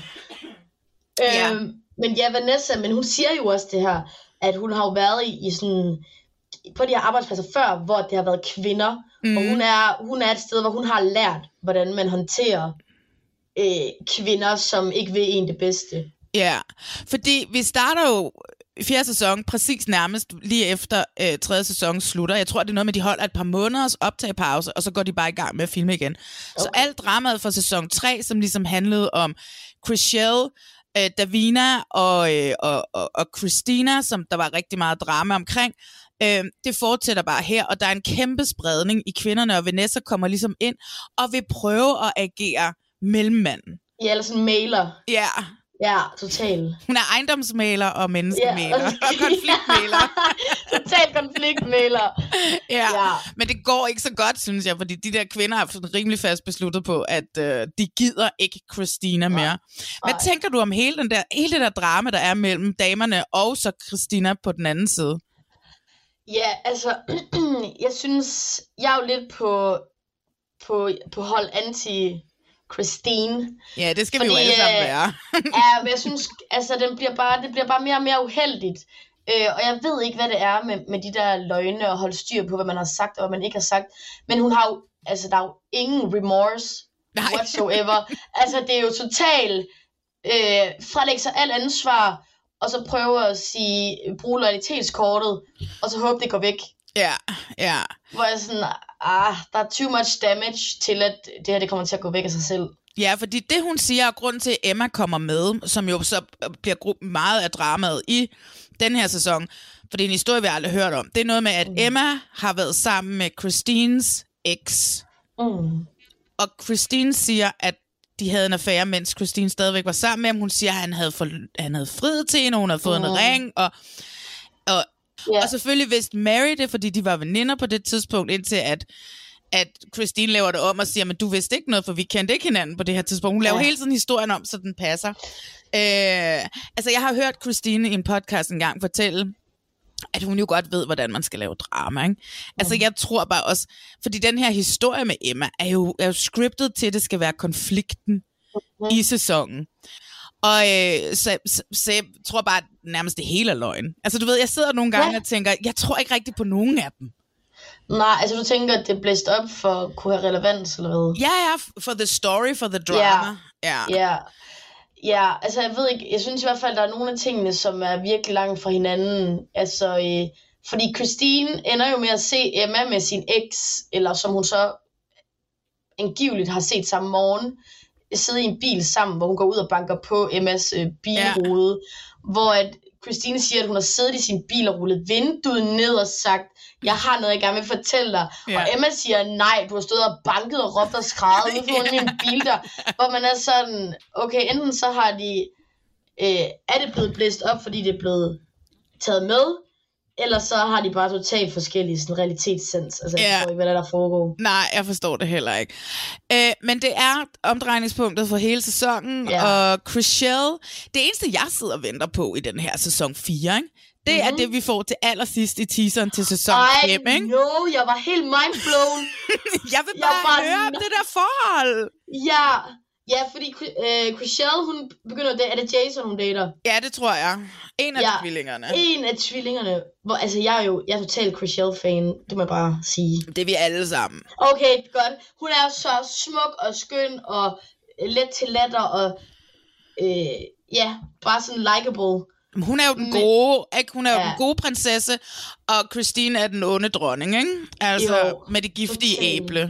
Men Vanessa, men hun siger jo også det her, at hun har jo været i sådan... på de her arbejdspladser før, hvor det har været kvinder, og hun er et sted, hvor hun har lært, hvordan man håndterer kvinder, som ikke vil en det bedste. Ja, fordi vi starter jo 4. sæson præcis nærmest lige efter 3. sæson slutter. Jeg tror, det er noget med, de holder et par måneders optagepause, og så går de bare i gang med at filme igen. Okay. Så alt dramaet fra sæson 3, som ligesom handlede om Chrishell, Davina og Christina, som der var rigtig meget drama omkring, det fortsætter bare her, og der er en kæmpe spredning i kvinderne, og Vanessa kommer ligesom ind og vil prøve at agere mellemmanden. Ja, eller sådan mailer. Ja. Ja, totalt. Hun er ejendomsmæler og menneskemæler og konfliktmæler. Totalt konfliktmæler. Ja, men det går ikke så godt, synes jeg, fordi de der kvinder har sådan rimelig fast besluttet på, at de gider ikke Christina mere. Hvad tænker du om hele det der drama, der er mellem damerne og så Christina på den anden side? Ja, altså, jeg synes, jeg er jo lidt på på hold anti-Christine. Ja, det skal vi jo alle sammen være. Ja, men jeg synes, altså, det bliver bare mere og mere uheldigt. Og jeg ved ikke, hvad det er med de der løgne og holde styr på, hvad man har sagt og hvad man ikke har sagt. Men hun har jo, altså, der er jo ingen remorse whatsoever. Altså, det er jo totalt frelægge sig alt ansvar, og så prøve at bruge loyalitetskortet, og så håbe, det går væk. Ja. Hvor jeg sådan, der er too much damage til, at det her det kommer til at gå væk af sig selv. Ja, fordi det hun siger, grunden til, at Emma kommer med, som jo så bliver meget af dramaet i den her sæson, for det er en historie, vi aldrig har hørt om, det er noget med, at Emma har været sammen med Christines eks. Og Christine siger, at de havde en affære, mens Christine stadigvæk var sammen med ham. Hun siger, at han havde friet til hende, hun havde fået en ring, og selvfølgelig vidste Mary det, fordi de var veninder på det tidspunkt, indtil at Christine laver det om og siger, men du vidste ikke noget, for vi kendte ikke hinanden på det her tidspunkt. Hun laver hele tiden historien om, så den passer. Altså, jeg har hørt Christine i en podcast engang fortælle, at hun jo godt ved, hvordan man skal lave drama, ikke? Altså, jeg tror bare også, fordi den her historie med Emma er jo scriptet til, at det skal være konflikten i sæsonen. Og så jeg tror bare, at nærmest det hele er løgn. Altså, du ved, jeg sidder nogle gange og tænker, jeg tror ikke rigtig på nogen af dem. Nej, altså du tænker, at det er blæst op for at kunne have relevans, eller hvad? Ja, for the story, for the drama. Ja, altså jeg ved ikke, jeg synes i hvert fald, der er nogle af tingene, som er virkelig langt fra hinanden. Altså, fordi Christine ender jo med at se Emma med sin eks, eller som hun så angiveligt har set samme morgen, sidde i en bil sammen, hvor hun går ud og banker på Emmas bilrude, hvor at Christine siger, at hun har siddet i sin bil og rullet vinduet ned og sagt, jeg har noget, jeg gerne vil fortælle dig. Og Emma siger, nej, du har stået og banket og råbt og skrædet ude foran min bil der. Hvor man er sådan, okay, enten så har de, er det blevet blæst op, fordi det er blevet taget med, eller så har de bare totalt forskellige sådan, realitetssens. Altså, jeg forstår ikke, hvad der foregår. Nej, jeg forstår det heller ikke. Men det er omdrejningspunktet for hele sæsonen, og Chrishell, det eneste, jeg sidder og venter på i den her sæson 4, ikke? Det er det, vi får til allersidst i teaseren til sæson 5, ikke? Jeg var helt mindblown. Jeg vil bare høre om det der forhold. Ja, fordi Chrishell, hun begynder at date. Er det Jason, hun dater? Ja, det tror jeg. En af tvillingerne. En af tvillingerne. Hvor, altså, jeg er totalt Chrishell-fan. Det må jeg bare sige. Det er vi alle sammen. Okay, godt. Hun er så smuk og skøn og let til latter og bare sådan likable. Hun er jo den gode, ikke? Hun er jo den gode prinsesse, og Christine er den onde dronning, ikke? Altså, med det giftige æble.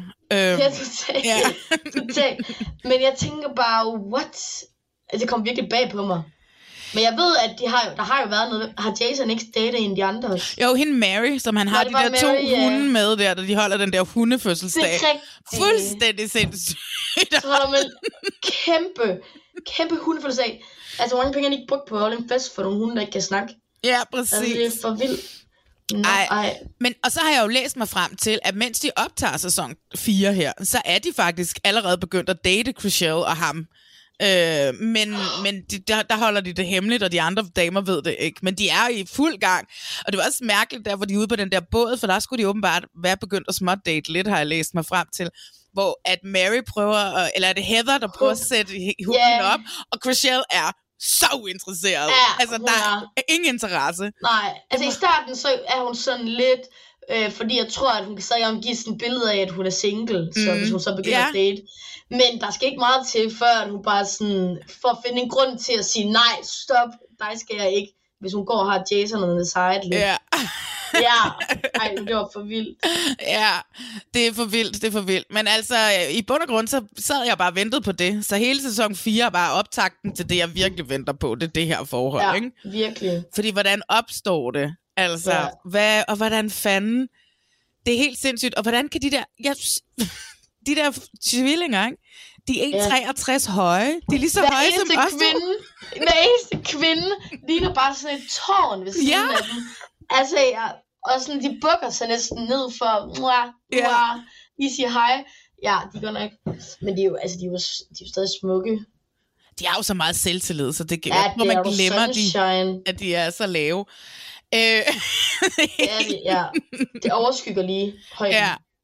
Totalt. Men jeg tænker bare, what? Det kom virkelig bag på mig. Men jeg ved, at der har jo været noget. Har Jason ikke datet en af de andre også? Jo, hende Mary, som han har de der Mary, 2 hunde med der, de holder den der hundefødselsdag. Fuldstændig sindssygt. Så holder man kæmpe hundefødselsdag. Altså, hvor mange penge er de ikke brugt på at holde en fest for nogle hunde, der ikke kan snakke? Ja, præcis. Altså, det er for vildt. Ej. Men, og så har jeg jo læst mig frem til, at mens de optager sæson 4 her, så er de faktisk allerede begyndt at date Chrishell og ham. Men der holder de det hemmeligt, og de andre damer ved det ikke. Men de er i fuld gang. Og det var også mærkeligt, der hvor de er ude på den der båd, for der skulle de åbenbart være begyndt at smådate lidt, har jeg læst mig frem til. Hvor at Mary prøver, eller er det Heather, der prøver at sætte hunden op, og Chrishell er så uinteresseret. Altså, der er ingen interesse. Nej, altså i starten så er hun sådan lidt, fordi jeg tror, at hun kan stadig omgive sådan et billede af, at hun er single, så hvis hun så begynder at date. Men der skal ikke meget til, før hun bare sådan, for at finde en grund til at sige, nej, stop, dig skal jeg ikke, hvis hun går og har Jason on the side lidt. Ej, det var for vildt. Ja, det er for vildt. Men altså, i bund og grund, så sad jeg bare og ventede på det. Så hele sæson 4 er bare optakten til det, jeg virkelig venter på. Det er det her forhold, ikke? Virkelig. Fordi hvordan opstår det? Altså, og hvordan fanden? Det er helt sindssygt. Og hvordan kan de der tvillinger, ikke? De er 1,63 høje. De er lige så høje som os. Den eneste kvinde ligner bare sådan et tårn ved siden af dem. Altså, og sådan, de bukker sig næsten ned for, de siger hej. Ja, de går nok. Men de er jo stadig smukke. De har jo så meget selvtillid, så det hvor man glemmer, at de er så lave. Det overskygger lige højden.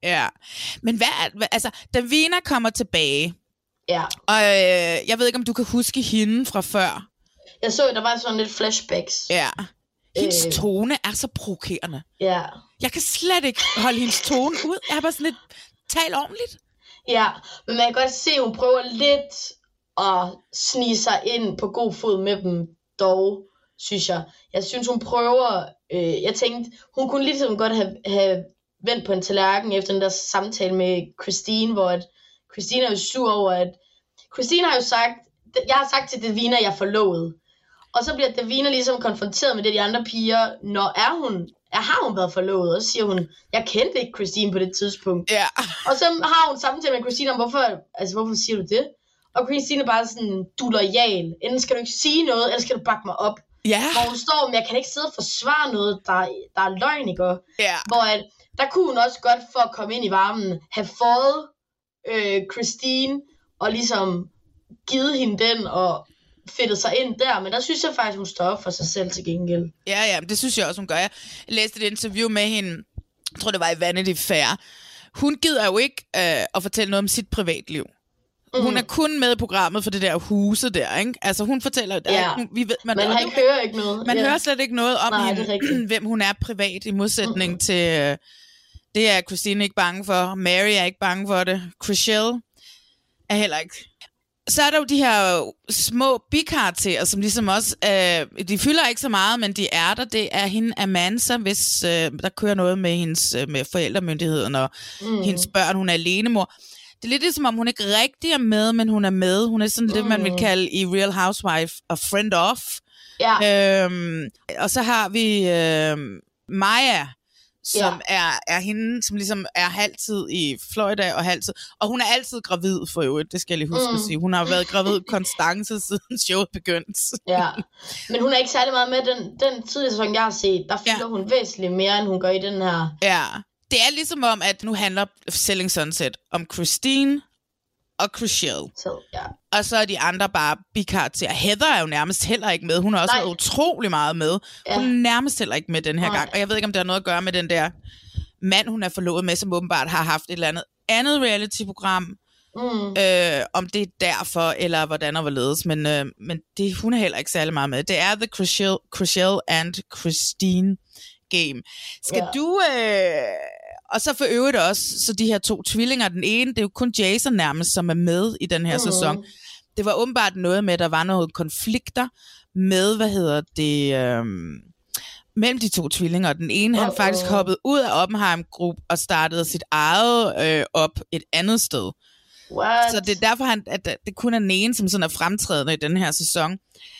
Ja. Men altså, Davina kommer tilbage. Ja. Og jeg ved ikke, om du kan huske hende fra før. Jeg så, der var sådan lidt flashbacks. Ja. Hendes tone er så provokerende. Ja. Jeg kan slet ikke holde hendes tone ud. Jeg er bare sådan lidt, tal ordentligt. Ja, men man kan godt se, at hun prøver lidt at snige sig ind på god fod med dem, dog, synes jeg. Jeg synes, hun prøver... jeg tænkte, hun kunne ligesom godt have vendt på en tallerken efter den der samtale med Christine, hvor at Christine er jo sur over, at... Christine har jo sagt... Jeg har sagt til Davina, at jeg er forlovet. Og så bliver Davina ligesom konfronteret med det, de andre piger, når har hun været forlovet? Og så siger hun, jeg kendte ikke Christine på det tidspunkt. Ja. Og så har hun samtale med Christine om, hvorfor siger du det? Og Christine er bare sådan, du er loyal. Enten skal du ikke sige noget, eller skal du bakke mig op. Ja. Hvor hun står, men jeg kan ikke sidde og forsvare noget, der er løgn, ikke? Ja. Hvor der kunne hun også godt, for at komme ind i varmen, have fået Christine, og ligesom givet hende den, og fedtet sig ind der, men der synes jeg faktisk, hun står op for sig selv til gengæld. Ja, det synes jeg også, hun gør. Jeg læste et interview med hende, jeg tror det var i Vanity Fair. Hun gider jo ikke at fortælle noget om sit privatliv. Hun er kun med i programmet for det der huse der, ikke? Altså hun fortæller, man hører ikke noget. Man hører slet ikke noget om hende, hvem hun er privat, i modsætning til, det er Christine ikke bange for, Mary er ikke bange for det, Chrishell er heller ikke. Så er der jo de her små bikarakterer, som ligesom også, de fylder ikke så meget, men de er der. Det er hende Amanda, hvis der kører noget med hendes med forældremyndigheden og hendes børn. Hun er alenemor. Det er lidt ligesom om hun ikke rigtig er med, men hun er med. Hun er sådan det, man vil kalde i Real Housewife a friend of. Ja. Og så har vi Maya, som er hende, som ligesom er halvtid i Florida og halvtid. Og hun er altid gravid for øvrigt, det skal jeg lige huske at sige. Hun har været gravid konstance siden showet begyndte. Ja, men hun er ikke særlig meget med den tidligere sæson, jeg har set. Der fylder hun væsentligt mere, end hun gør i den her. Ja, det er ligesom om, at nu handler Selling Sunset om Christine og Chrishell. Og så er de andre bare bikarakterer. Heather er jo nærmest heller ikke med. Hun har også været utrolig meget med. Hun er nærmest heller ikke med den her gang. Og jeg ved ikke, om det har noget at gøre med den der mand, hun er forlovet med, som åbenbart har haft et eller andet reality-program. Om det er derfor, eller hvordan og hvorledes. Men det, hun er heller ikke særlig meget med. Det er The Chrishell and Christine game. Skal du... Og så for øvrigt også, så de her to tvillinger, den ene, det er jo kun Jason nærmest, som er med i den her sæson. Det var åbenbart noget med, at der var noget konflikter med, mellem de to tvillinger. Den ene, han faktisk hoppede ud af Oppenheim Group og startede sit eget op et andet sted. What? Så det er derfor, at det kun er den ene, som sådan er fremtrædende i den her sæson.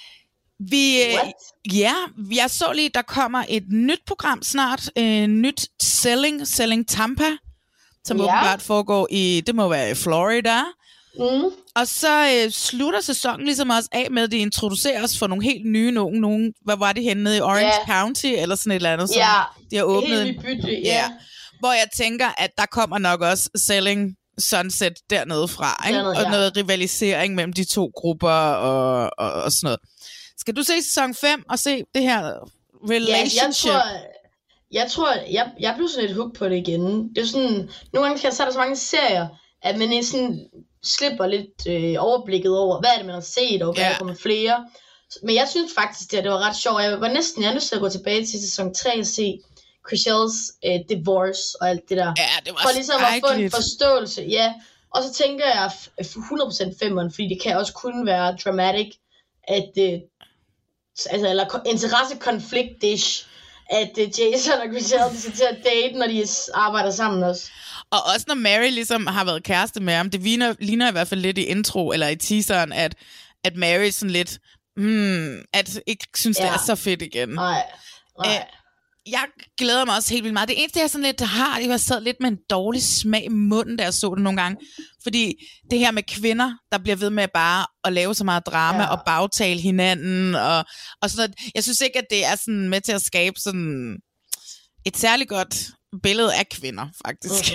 Jeg så lige, der kommer et nyt program snart, nyt Selling Tampa, som åbenbart foregår det må være i Florida. Og så slutter sæsonen ligesom også af med, at de introducerer os for nogle helt nye nogen, hvad var det henne nede i Orange County, eller sådan et eller andet, som de har åbnet. Helt bytte, hvor jeg tænker, at der kommer nok også Selling Sunset dernede fra, ikke? Og noget rivalisering mellem de to grupper og sådan noget. Skal du se sæson 5 og se det her relationship? Jeg blev sådan lidt hooked på det igen. Det er sådan, nogle gange så er der så mange serier, at man sådan slipper lidt overblikket over, hvad er det, man har set, og hvad der kommer flere. Men jeg synes faktisk, det var ret sjovt. Jeg var næsten lyst til at gå tilbage til sæson 3 og se Chrishells divorce og alt det der. Ja, det var for ligesom at få en forståelse. Ja. Og så tænker jeg 100% 5'eren, fordi det kan også kun være dramatic, at eller interessekonflikt-ish, at Jason og Chrishell skal til at date, når de arbejder sammen også. Og også når Mary ligesom har været kæreste med ham, det ligner i hvert fald lidt i intro, eller i teaseren, at Mary sådan lidt, at ikke synes, det er så fedt igen. Nej. Jeg glæder mig også helt vildt meget. Det eneste, jeg sådan lidt har, jeg sad lidt med en dårlig smag i munden, da jeg så det nogle gange. Fordi det her med kvinder, der bliver ved med bare at lave så meget drama og bagtale hinanden. Og sådan, jeg synes ikke, at det er sådan med til at skabe sådan et særligt godt billede af kvinder, faktisk.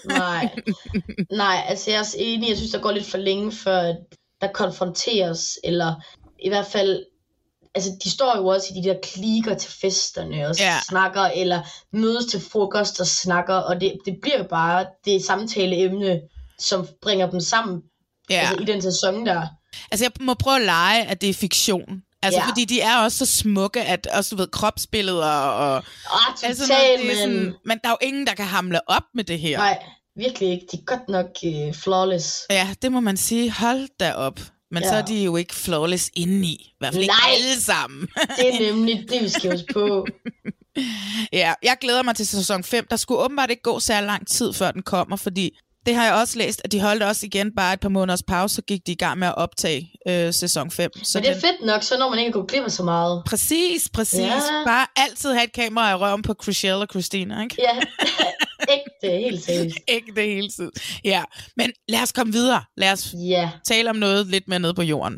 Nej, altså jeg er også enig. Jeg synes, der går lidt for længe, før der konfronteres, eller i hvert fald altså de står jo også i de der klikker til festerne og snakker, eller mødes til frokost og snakker, og det bliver jo bare det samtaleemne, som bringer dem sammen altså, i den sæson der. Altså jeg må prøve at lege, at det er fiktion. Altså fordi de er også så smukke, at også du ved, kropsbilleder og... altså, men der er jo ingen, der kan hamle op med det her. Nej, virkelig ikke. De er godt nok flawless. Ja, det må man sige. Hold da op. Men så er de jo ikke flawless indeni. I hvert fald ikke alle sammen. Det er nemlig det, vi skal huske på. Ja, jeg glæder mig til sæson 5. Der skulle åbenbart ikke gå så lang tid, før den kommer, fordi det har jeg også læst, at de holdt også igen bare et par måneders pause, så gik de i gang med at optage sæson 5. Så men det er fedt nok, så når man ikke går glip af så meget. Præcis. Ja. Bare altid have et kamera i røven på Chrishell og Christina, ikke? Ja, ikke det helt seriøst. Ikke det hele tiden. Ja, men lad os komme videre. Lad os tale om noget lidt mere nede på jorden.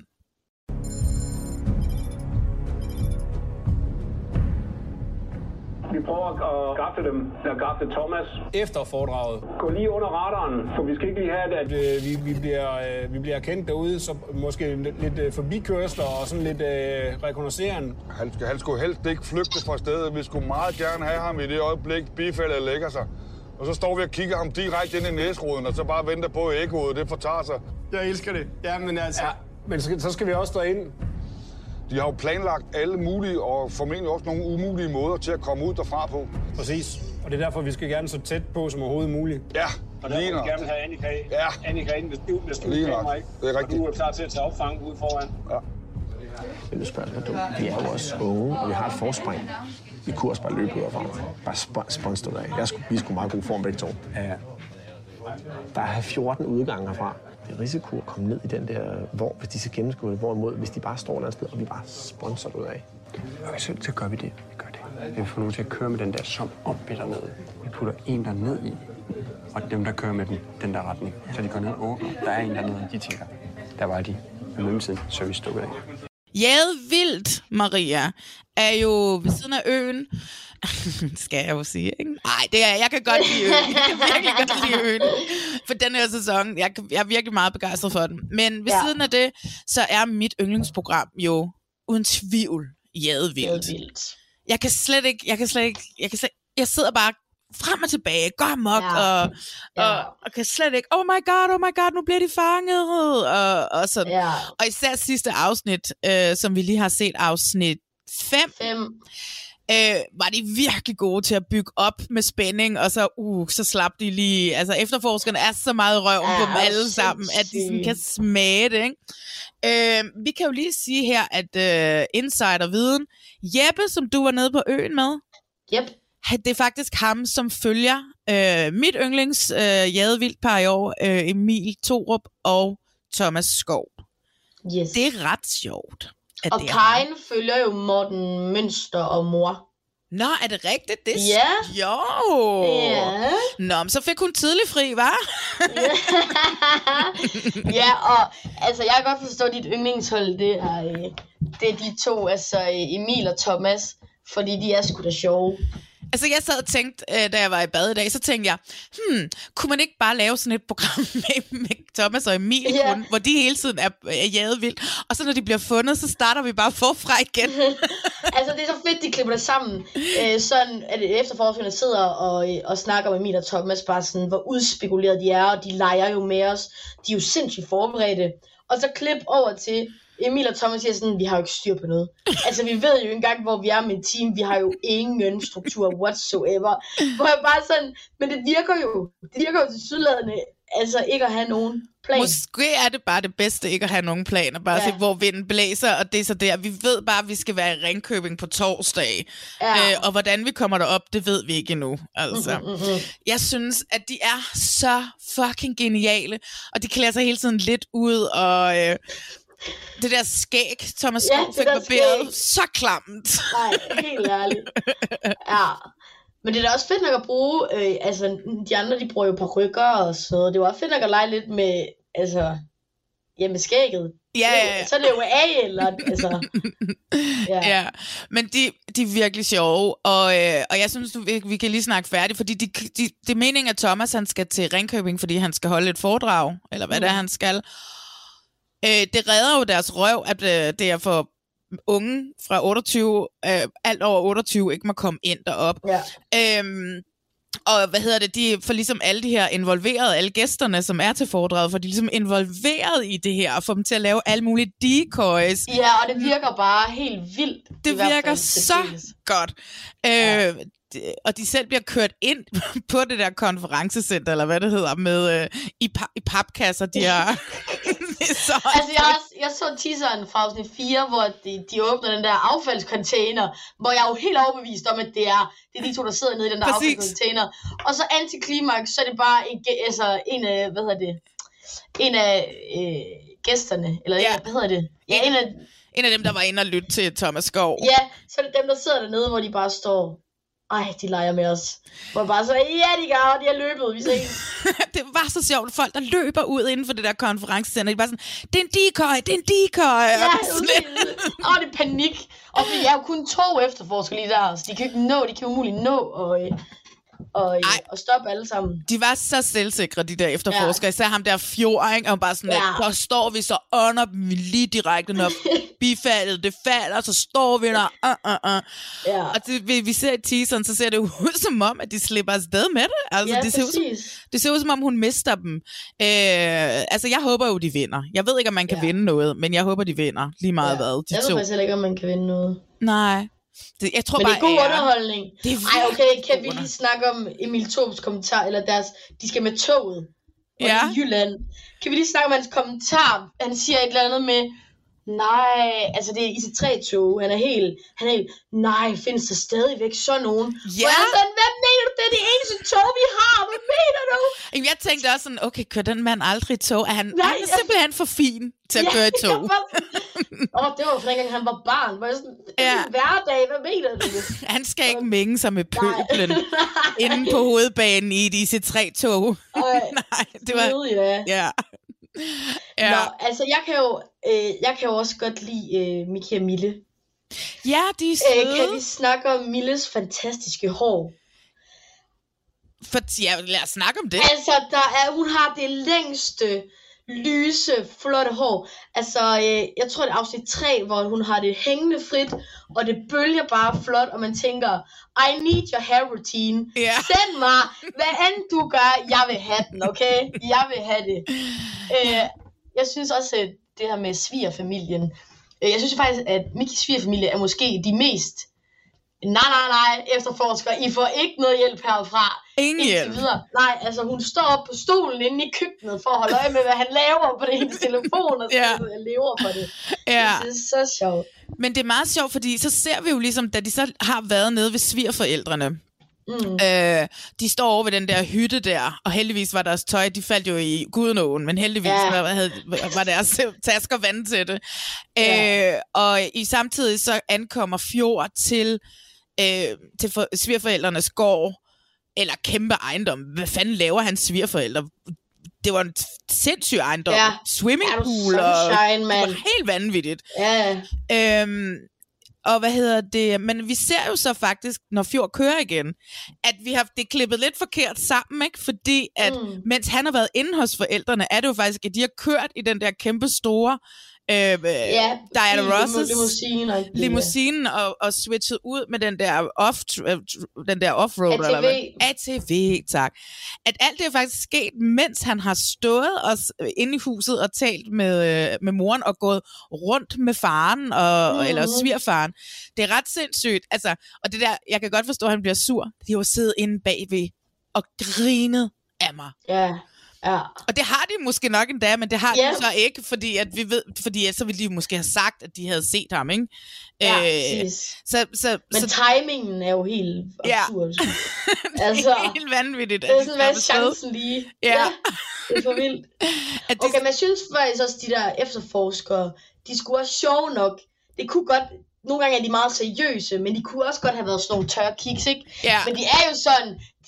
Vi prøver at gaffe dem, eller gaffe Thomas. Efter foredraget. Gå lige under radaren, for vi skal ikke lige have det, at vi bliver kendt derude, så måske lidt forbikørsler og sådan lidt rekognoscering. Han skulle helst ikke flygte fra stedet. Vi skulle meget gerne have ham i det øjeblik, bifældet lægger sig. Og så står vi og kigger ham direkte ind i næsroden, og så bare venter på ekkoet, det fortager sig. Jeg elsker det. Ja, men altså... Ja, men så skal vi også derind. De har jo planlagt alle mulige og formentlig også nogle umulige måder til at komme ud derfra på. Præcis. Og det er derfor, vi skal gerne så tæt på som overhovedet muligt. Ja, og derfor vil vi gerne have Annika ind med skjult kamera, ikke? Det er rigtigt. Og du er klar til at tage opfang ude foran. Ja. Det er et spørgsmål. Vi er jo også unge, og vi har et forspring. Vi kunne også bare løbe ud herfra. Bare sponsor af. Vi skulle meget god form begge to. Ja. Der er 14 udgange herfra. Det er risiko at komme ned i den der, hvor hvis de skal gennemskue det, hvorimod hvis de bare står et eller andet sted, og vi bare sponsorer ud af. Okay, så gør vi det. Vi gør det. Vi får nogen til at køre med den der som op dernede. Vi putter en der ned i, og dem der kører med den der retning. Så de går ned og åbner. Der er en dernede, og de tjekker. Der var de. I mellemtiden, så er vi stukket af. Jaget Vildt, Maria, er jo ved siden af øen. Skal jeg jo sige, ikke? Nej, det er jeg kan godt lide øen. Jeg kan virkelig godt lide øen. For den her sæson, jeg er virkelig meget begejstret for den. Men ved siden af det, så er mit yndlingsprogram jo uden tvivl Jaget Vildt. Jeg sidder bare frem og tilbage, går amok, og kan slet ikke, oh my god, nu bliver de fanget, og sådan. Ja. Og især sidste afsnit, som vi lige har set, afsnit 5, var de virkelig gode til at bygge op med spænding, og så slap de lige, altså efterforskerne er så meget røven på dem alle sammen, at de sådan kan smage det, ikke? Vi kan jo lige sige her, at insiderviden, Jeppe, som du var nede på øen med, det er faktisk ham, som følger mit yndlings Jaget Vildt-par i år, Emil Thorup og Thomas Skov. Yes. Det er ret sjovt. Og Karin følger jo Morten Mønster og mor. Nå, er det rigtigt? Det ja. Jo. Ja. Nå, men så fik hun tidlig fri, hva'? Ja, og altså, jeg kan godt forstå, at dit yndlingshold, det er de to, altså Emil og Thomas, fordi de er sgu da sjove. Altså, jeg sad og tænkte, da jeg var i bad i dag, så tænkte jeg, kunne man ikke bare lave sådan et program med Thomas og Emil, hvor de hele tiden er jaget vildt, og så når de bliver fundet, så starter vi bare forfra igen. Altså, det er så fedt, de klipper det sammen. Sådan, at efterforskerne sidder og snakker med Emil og Thomas, bare sådan, hvor udspekuleret de er, og de leger jo med os. De er jo sindssygt forberedte. Og så klip over til Emil og Thomas siger sådan, vi har jo ikke styr på noget. Altså, vi ved jo engang, hvor vi er med et team. Vi har jo ingen struktur whatsoever. Hvor jeg bare sådan, men det virker jo til sydladende, altså ikke at have nogen plan. Måske er det bare det bedste, ikke at have nogen planer. Bare se, hvor vinden blæser, og det er så der. Vi ved bare, at vi skal være i Ringkøbing på torsdag. Og hvordan vi kommer derop, det ved vi ikke endnu. Altså. Jeg synes, at de er så fucking geniale, og de klæder sig hele tiden lidt ud, og det der skæg, Thomas Skov fik barberet, så klamt. Nej, helt ærligt. Ja. Men det er da også fedt nok at bruge, altså de andre, de bruger jo parykker og sådan noget. Det var også fedt nok at lege lidt med, altså, med skægget. Ja. Så lever af, eller, altså. Ja, men de er virkelig sjove, og jeg synes, vi kan lige snakke færdigt, fordi det er meningen, at Thomas, han skal til Ringkøbing, fordi han skal holde et foredrag, eller hvad det er, han skal. Det redder jo deres røv, at det er for unge fra 28, alt over 28, ikke må komme ind derop. Ja. Og de får ligesom alle de her involverede, alle gæsterne, som er til foredraget, for de er ligesom involveret i det her, og får dem til at lave alle mulige decoys. Ja, og det virker bare helt vildt. Det virker så godt. Og de selv bliver kørt ind på det der konferencecenter, eller hvad det hedder, med i papkasser, de har... Altså, jeg så teaseren fra afsnit 4, hvor de åbner den der affaldscontainer, hvor jeg er jo helt overbevist om, at det er de to, der sidder nede i den der affaldscontainer. Og så antiklimaks, så er det bare en af gæsterne, eller hvad hedder det? Ja, en af dem, der var inde og lytte til Thomas Skov. Ja, så er det dem, der sidder dernede, hvor de bare står... Ej, de leger med os. Hvor bare så, ja, de gør, de har løbet, vi ses. Det var så sjovt, folk der løber ud inden for det der konferencecenter. De bare sådan, det er en decoy, det er en decoy. Ja, det er panik. Og jeg er jo kun 2 efterforskere lige der, så de kan jo umuligt nå og stoppe alle sammen. De var så selvsikre, de der efterforskere. Især ham der Fjord, ikke? Og bare sådan, så står vi så under dem lige direkte, når bifaldet det falder, så står vi der. Ja. Og vi ser i teaseren, så ser det ud som om, at de slipper afsted med det. Altså, det ser ud som om, hun mister dem. Altså, jeg håber jo, de vinder. Jeg ved ikke, om man kan vinde noget, men jeg håber, de vinder lige meget hvad. Jeg ved faktisk ikke, om man kan vinde noget. Nej. Jeg tror men bare, det er god underholdning. Ej, okay, kan vi lige snakke om Emil Taubes kommentar, eller de skal med toget i Jylland. Kan vi lige snakke om hans kommentar? Han siger et eller andet med, nej, altså det er IC3-tog, han er helt, nej, findes der stadigvæk sådan nogen? Ja. Og sådan, hvad mener du, det er det eneste tog, vi har, hvad mener du? Jeg tænkte også sådan, okay, kører den mand aldrig i tog? Han er simpelthen for fin til at køre i tog. Det var for dengang, han var barn. Var sådan, det er en hverdag, hvad mener du? Han skal ikke mænge sig med pøblen inde på hovedbanen i et IC3-tog. Nej, det var... Ja. Nå, altså jeg kan jo også godt lide Mickey og Mille. Ja, de er søde. Kan vi snakke om Milles fantastiske hår? Lad os snakke om det. Altså, hun har det længste, lyse, flotte hår. Altså, jeg tror det er afsnit 3, hvor hun har det hængende frit, og det bølger bare flot, og man tænker, I need your hair routine. Yeah. Send mig, hvad end du gør, jeg vil have den, okay? Jeg vil have det. Jeg synes også, at det her med svigerfamilien, jeg synes faktisk, at Mickeys svigerfamilie er måske de mest... Nej, efterforskere, I får ikke noget hjælp herfra. Ingen hjælp. Nej, altså hun står op på stolen inde i køkkenet for at holde øje med, hvad han laver på det hendes telefon, og så lever for det. Ja. Det er så sjovt. Men det er meget sjovt, fordi så ser vi jo ligesom, da de så har været nede ved svigerforældrene, de står over ved den der hytte der, og heldigvis var deres tøj, de faldt jo i Gudenåen, men heldigvis var deres tasker vand til det. Og samtidig så ankommer Fjord til svigerforældrenes gård, eller kæmpe ejendom. Hvad fanden laver hans svigerforældre? Det var en sindssyg ejendom. Ja. Swimmingpool, og det var helt vanvittigt. Ja. Og men vi ser jo så faktisk, når Fjord kører igen, at vi har det klippet lidt forkert sammen, ikke? Fordi at mens han har været inde hos forældrene, er det jo faktisk, at de har kørt i den der kæmpe store Diana Ross's limousinen og switchet ud med den der offroad ATV, tak. At alt det er faktisk sket, mens han har stået inde i huset og talt med moren og gået rundt med faren eller svigerfaren. Det er ret sindssygt. Altså, og det der, jeg kan godt forstå, at han bliver sur. De har jo siddet inde bagved og grinet af mig. Ja. Ja. Og det har de måske nok endda, men det har de så ikke, fordi så ville de måske have sagt, at de havde set ham, ikke? Ja, men timingen er jo helt absurd. Altså, det er helt vanvittigt. Det er sådan, hvad er chancen lige? Ja. Det er for vildt. Okay, men jeg synes faktisk også, de der efterforskere, de skulle også sjove nok. Det kunne godt... Nogle gange er de meget seriøse, men de kunne også godt have været sådan nogle tørre kiks, ikke? Ja. Men de er jo sådan...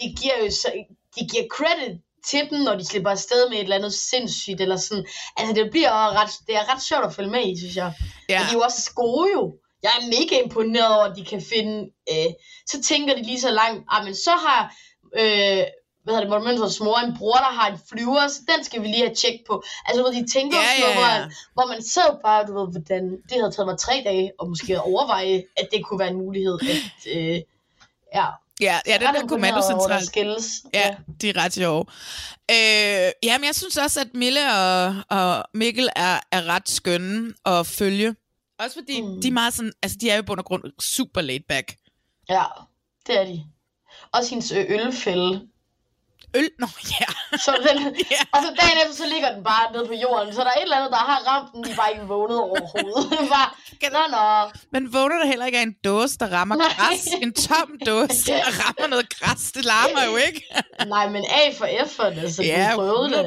De giver credit til dem, når de slipper afsted med et eller andet sindssygt, eller sådan. Altså, det er ret sjovt at følge med i, synes jeg. Ja. Men de er jo også gode jo. Jeg er mega imponeret over, at de kan finde... så tænker de lige så langt, men så har... Morten Mønsters mor, en bror, der har en flyver, så den skal vi lige have tjek på. Altså, de tænker hvor man så bare, hvordan det havde taget mig 3 dage, og måske overveje, at det kunne være en mulighed, at, Ja, den der kommandocentral. Ja, de er ret sjove. Men jeg synes også, at Mille og Mikkel er ret skønne at følge. Også fordi de er meget sådan, altså de er jo på bund og grund super laid back. Ja, det er de. Også hendes ølfælde. Nå, ja. Så og så dagen efter, så ligger den bare nede på jorden. Så der er et eller andet, der har ramt den, de bare ikke vågnet overhovedet. Nå. Men vågner der heller ikke af en dåse, der rammer græs? En tom dåse, der rammer noget græs. Det larmer jo ikke. Nej, men A for F'erne, så ja, du prøvede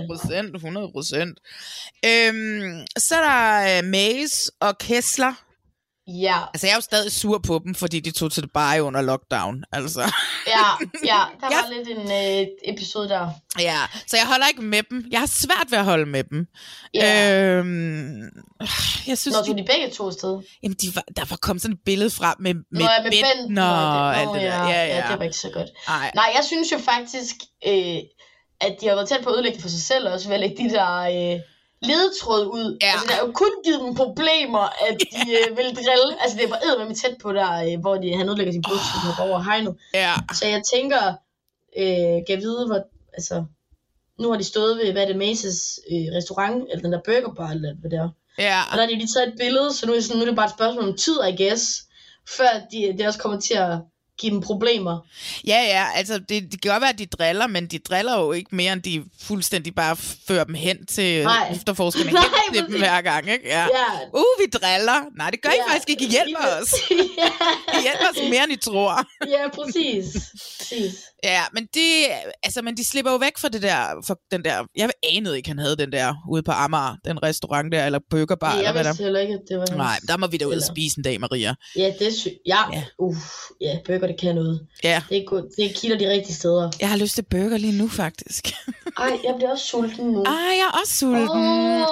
100%. Så er der Maze og Kessler. Ja. Altså, jeg er jo stadig sur på dem, fordi de tog til det bare under lockdown, altså. Ja, der var lidt en episode der. Ja, så jeg holder ikke med dem. Jeg har svært ved at holde med dem. Ja. Jeg synes, tog de begge to afsted? Jamen, der var kommet sådan et billede frem med Benten og alt det der. Ja, det var ikke så godt. Nej, jeg synes jo faktisk, at de har været tæt på at ødelægge det for sig selv også, ved at lægge de der... ledetråd ud. Ja. Altså, der er jo kun givet dem problemer, at de vil drille. Altså, det var eddermame tæt på der, hvor han udlægger sin blodtryk over hegnet. Ja. Så jeg tænker, kan jeg vide, hvor... Altså, nu har de stået ved, hvad er det, Maces restaurant, eller den der burgerbar, eller hvad det er. Ja. Og der har de lige taget et billede, så nu er det bare et spørgsmål om tid, I guess, før det også kommer til at give dem problemer. Ja, altså det kan godt være, at de driller, men de driller jo ikke mere, end de fuldstændig bare fører dem hen til efterforskerne hen til dem hver gang, ikke? Ja. Vi driller. Nej, det gør I faktisk ikke. I hjælper os. I hjælper os mere, end I tror. Ja, præcis. Ja, men de slipper jo væk fra det der, for den der, jeg anede ikke, han havde den der ude på Amager, den restaurant der, eller burgerbar, eller hvad der. Jeg vidste heller ikke, at det var hans. Nej, der må vi da ud og spise en dag, Maria. Ja, det er burger, det kan noget. Ja. Det er godt. Det kilder de rigtige steder. Jeg har lyst til burger lige nu, faktisk. Ej, jeg bliver også sulten nu. Jeg er også sulten.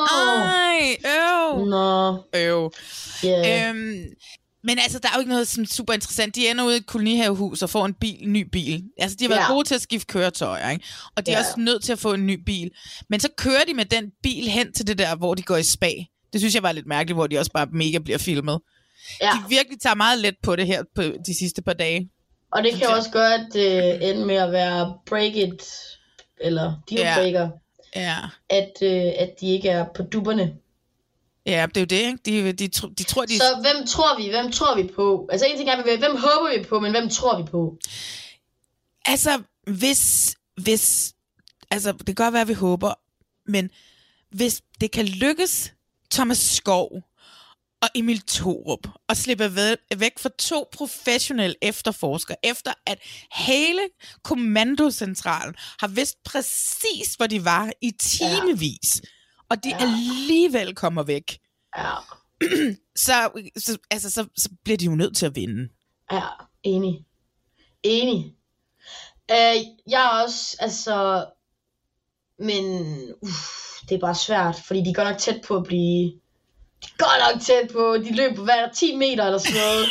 Øv. Yeah. Men altså, der er jo ikke noget som super interessant. De ender ude i et kolonihavehus og får en ny bil. Altså, de har været gode til at skifte køretøjer, ikke? Og de er også nødt til at få en ny bil. Men så kører de med den bil hen til det der, hvor de går i spa. Det synes jeg var lidt mærkeligt, hvor de også bare mega bliver filmet. Ja. De virkelig tager meget let på det her på de sidste par dage. Og det kan jo også gøre, at det ender med at være break it, eller dealbreaker. Ja. At de ikke er på dupperne. Ja, det er jo det, ikke? De tror, de... Så hvem tror vi på? Altså en ting er, hvem håber vi på, men hvem tror vi på? Altså, hvis altså, det kan godt være, at vi håber, men hvis det kan lykkes Thomas Skov og Emil Thorup og slippe væk fra 2 professionelle efterforskere, efter at hele kommandocentralen har vidst præcis, hvor de var i timevis, og de alligevel kommer væk, så bliver de jo nødt til at vinde. Ja, enig. Jeg er også, altså, men det er bare svært, fordi de er godt nok tæt på at blive... De løber hver 10 meter eller sådan noget.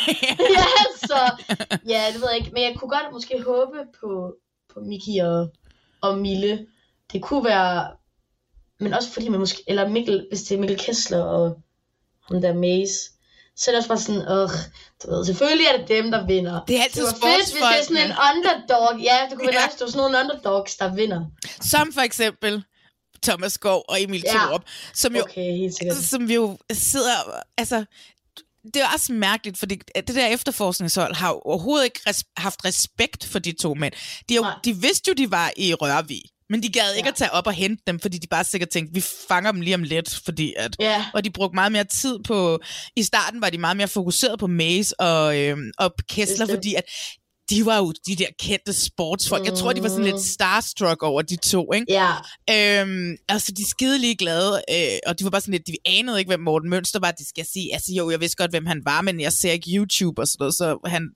Det ved jeg ikke. Men jeg kunne godt måske håbe på Miki og Mille. Det kunne være... Men også fordi man måske... Eller Mikkel, hvis det er Mikkel Kessler og ham der Maze, så er det også bare sådan... du ved, selvfølgelig er det dem, der vinder. Det er altid sportsfolk. Hvis det er sådan en underdog. Ja, det kunne være nice, sådan nogle underdogs, der vinder. Som for eksempel... Thomas Skov og Emil Thorup, som jo sidder, altså, det er også mærkeligt, fordi det der efterforskningshold har jo overhovedet ikke haft respekt for de 2 mænd. De vidste jo, de var i Rørvig, men de gad ikke at tage op og hente dem, fordi de bare sikkert tænkte, vi fanger dem lige om lidt, fordi at, og de brugte meget mere tid på, i starten var de meget mere fokuseret på Maze og Kessler, fordi at de var jo de der kendte sportsfolk. Jeg tror, de var sådan lidt starstruck over de 2, ikke? Ja. Altså, de er skide lige glade, og de var bare sådan lidt, de anede ikke, hvem Morten Mønster var. De skal sige, altså jo, jeg vidste godt, hvem han var, men jeg ser ikke YouTube og sådan noget, så han...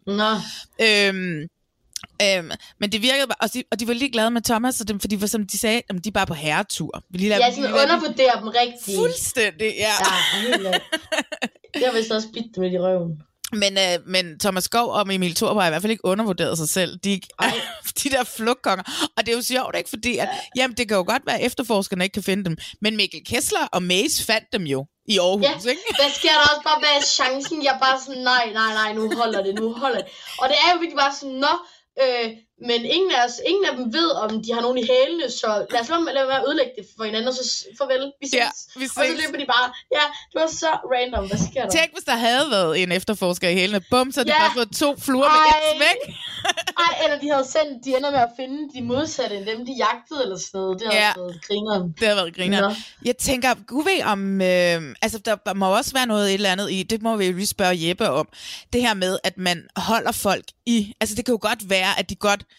men det virkede bare, og de var lige glade med Thomas og dem, fordi som de sagde, de er bare på herretur. De undervurderer dem rigtigt. Fuldstændig, ja. Det har vist også bidt dem lidt i røven. Men Thomas Skov og Emil Thorup har i hvert fald ikke undervurderet sig selv. De der flugtkonger. Og det er jo sjovt, ikke? Fordi at, jamen, det kan jo godt være, at efterforskerne ikke kan finde dem. Men Mikkel Kessler og Mace fandt dem jo i Aarhus, ikke? Hvad sker der også bare? Hvad er chancen? Jeg er bare sådan, nej, nu holder det. Og det er jo virkelig bare sådan, men ingen af dem ved, om de har nogen i hælene, så lad os lade være at ødelægge det for hinanden, og så farvel, vi ses. Vi ses. Og så løber de bare, det var så random, hvad sker der? Tænk, hvis der havde været en efterforsker i hælene, bum, så havde de bare fået 2 fluer med et smæk. Eller de ender med at finde de modsatte end dem, de jagtede, eller sådan noget. Det har været grineren. Det har været grineren. Jeg tænker, gud ved om, der må også være noget et eller andet i, det må vi jo spørge Jeppe om, det her med, at man holder folk i, altså det kan jo godt være, at de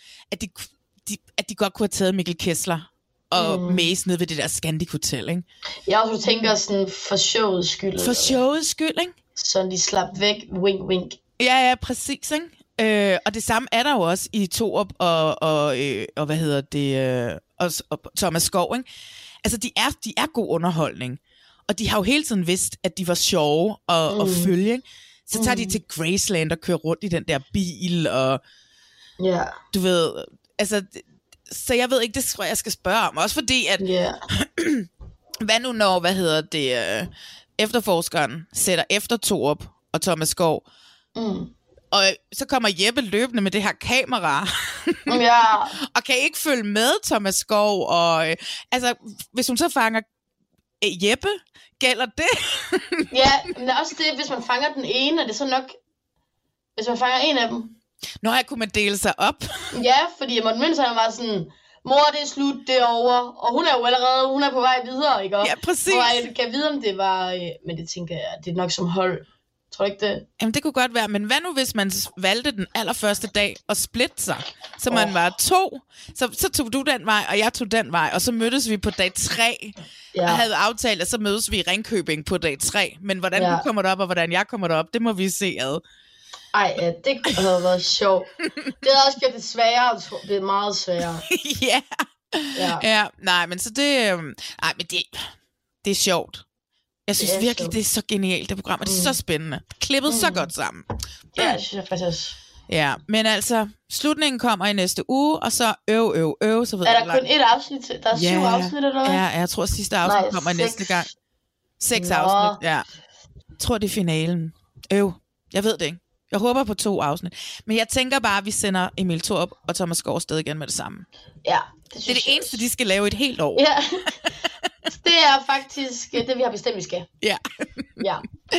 godt kunne have taget Mikkel Kessler og Mace ned ved det der Scandic Hotel, ikke? Jeg også tænker sådan for showets skyld. For showets skyld, ikke? Så de slap væk, wink, wink. Ja, præcis, ikke? Og det samme er der jo også i Thorup og hvad hedder det, og Thomas Skov, ikke? Altså, de er god underholdning. Og de har jo hele tiden vidst, at de var sjove at følge, ikke? Så tager de til Graceland og kører rundt i den der bil, og du ved, altså, så jeg ved ikke, det tror jeg skal spørge om. Også fordi, at hvad nu når, efterforskeren sætter efter Thorup og Thomas Skov, og så kommer Jeppe løbende med det her kamera, og kan ikke følge med Thomas Skov, og altså, hvis hun så fanger Jeppe, gælder det? Men også det, hvis man fanger den ene, er det så nok, hvis man fanger en af dem. Kunne man dele sig op? Ja, fordi Morten Mønster var sådan, mor, det er slut, det er over, og hun er jo allerede, hun er på vej videre, ikke? Ja, præcis. Og jeg kan vide, om det var, men det tænker jeg, det er nok som hold. Tror du ikke det? Jamen, det kunne godt være, men hvad nu, hvis man valgte den allerførste dag at splitte sig? Så man var 2, så tog du den vej, og jeg tog den vej, og så mødtes vi på dag 3, og havde aftalt, at så mødes vi i Ringkøbing på dag 3. Men hvordan du kommer derop, og hvordan jeg kommer derop, det må vi se ad. Ej, det havde været sjovt. Det havde også gjort det sværere, det er meget sværere. Ja, nej, men så det, men det er sjovt. Jeg synes virkelig, det er så genialt, det program, og det er så spændende. Klippet så godt sammen. Ja, det synes jeg faktisk. Ja, men altså, slutningen kommer i næste uge, og så så ved jeg. Er der kun 1 afsnit? Der er 7 afsnit, eller hvad? Ja, jeg tror, sidste afsnit kommer næste gang. 6 afsnit, ja. Jeg tror, det er finalen. Jeg ved det ikke. Jeg håber på 2 afsnit. Men jeg tænker bare, at vi sender Emil Thorup og Thomas Skov sted igen med det samme. Ja, det er det eneste, de skal lave et helt år. Ja. Det er faktisk det, vi har bestemt, vi skal. Ja. Ja.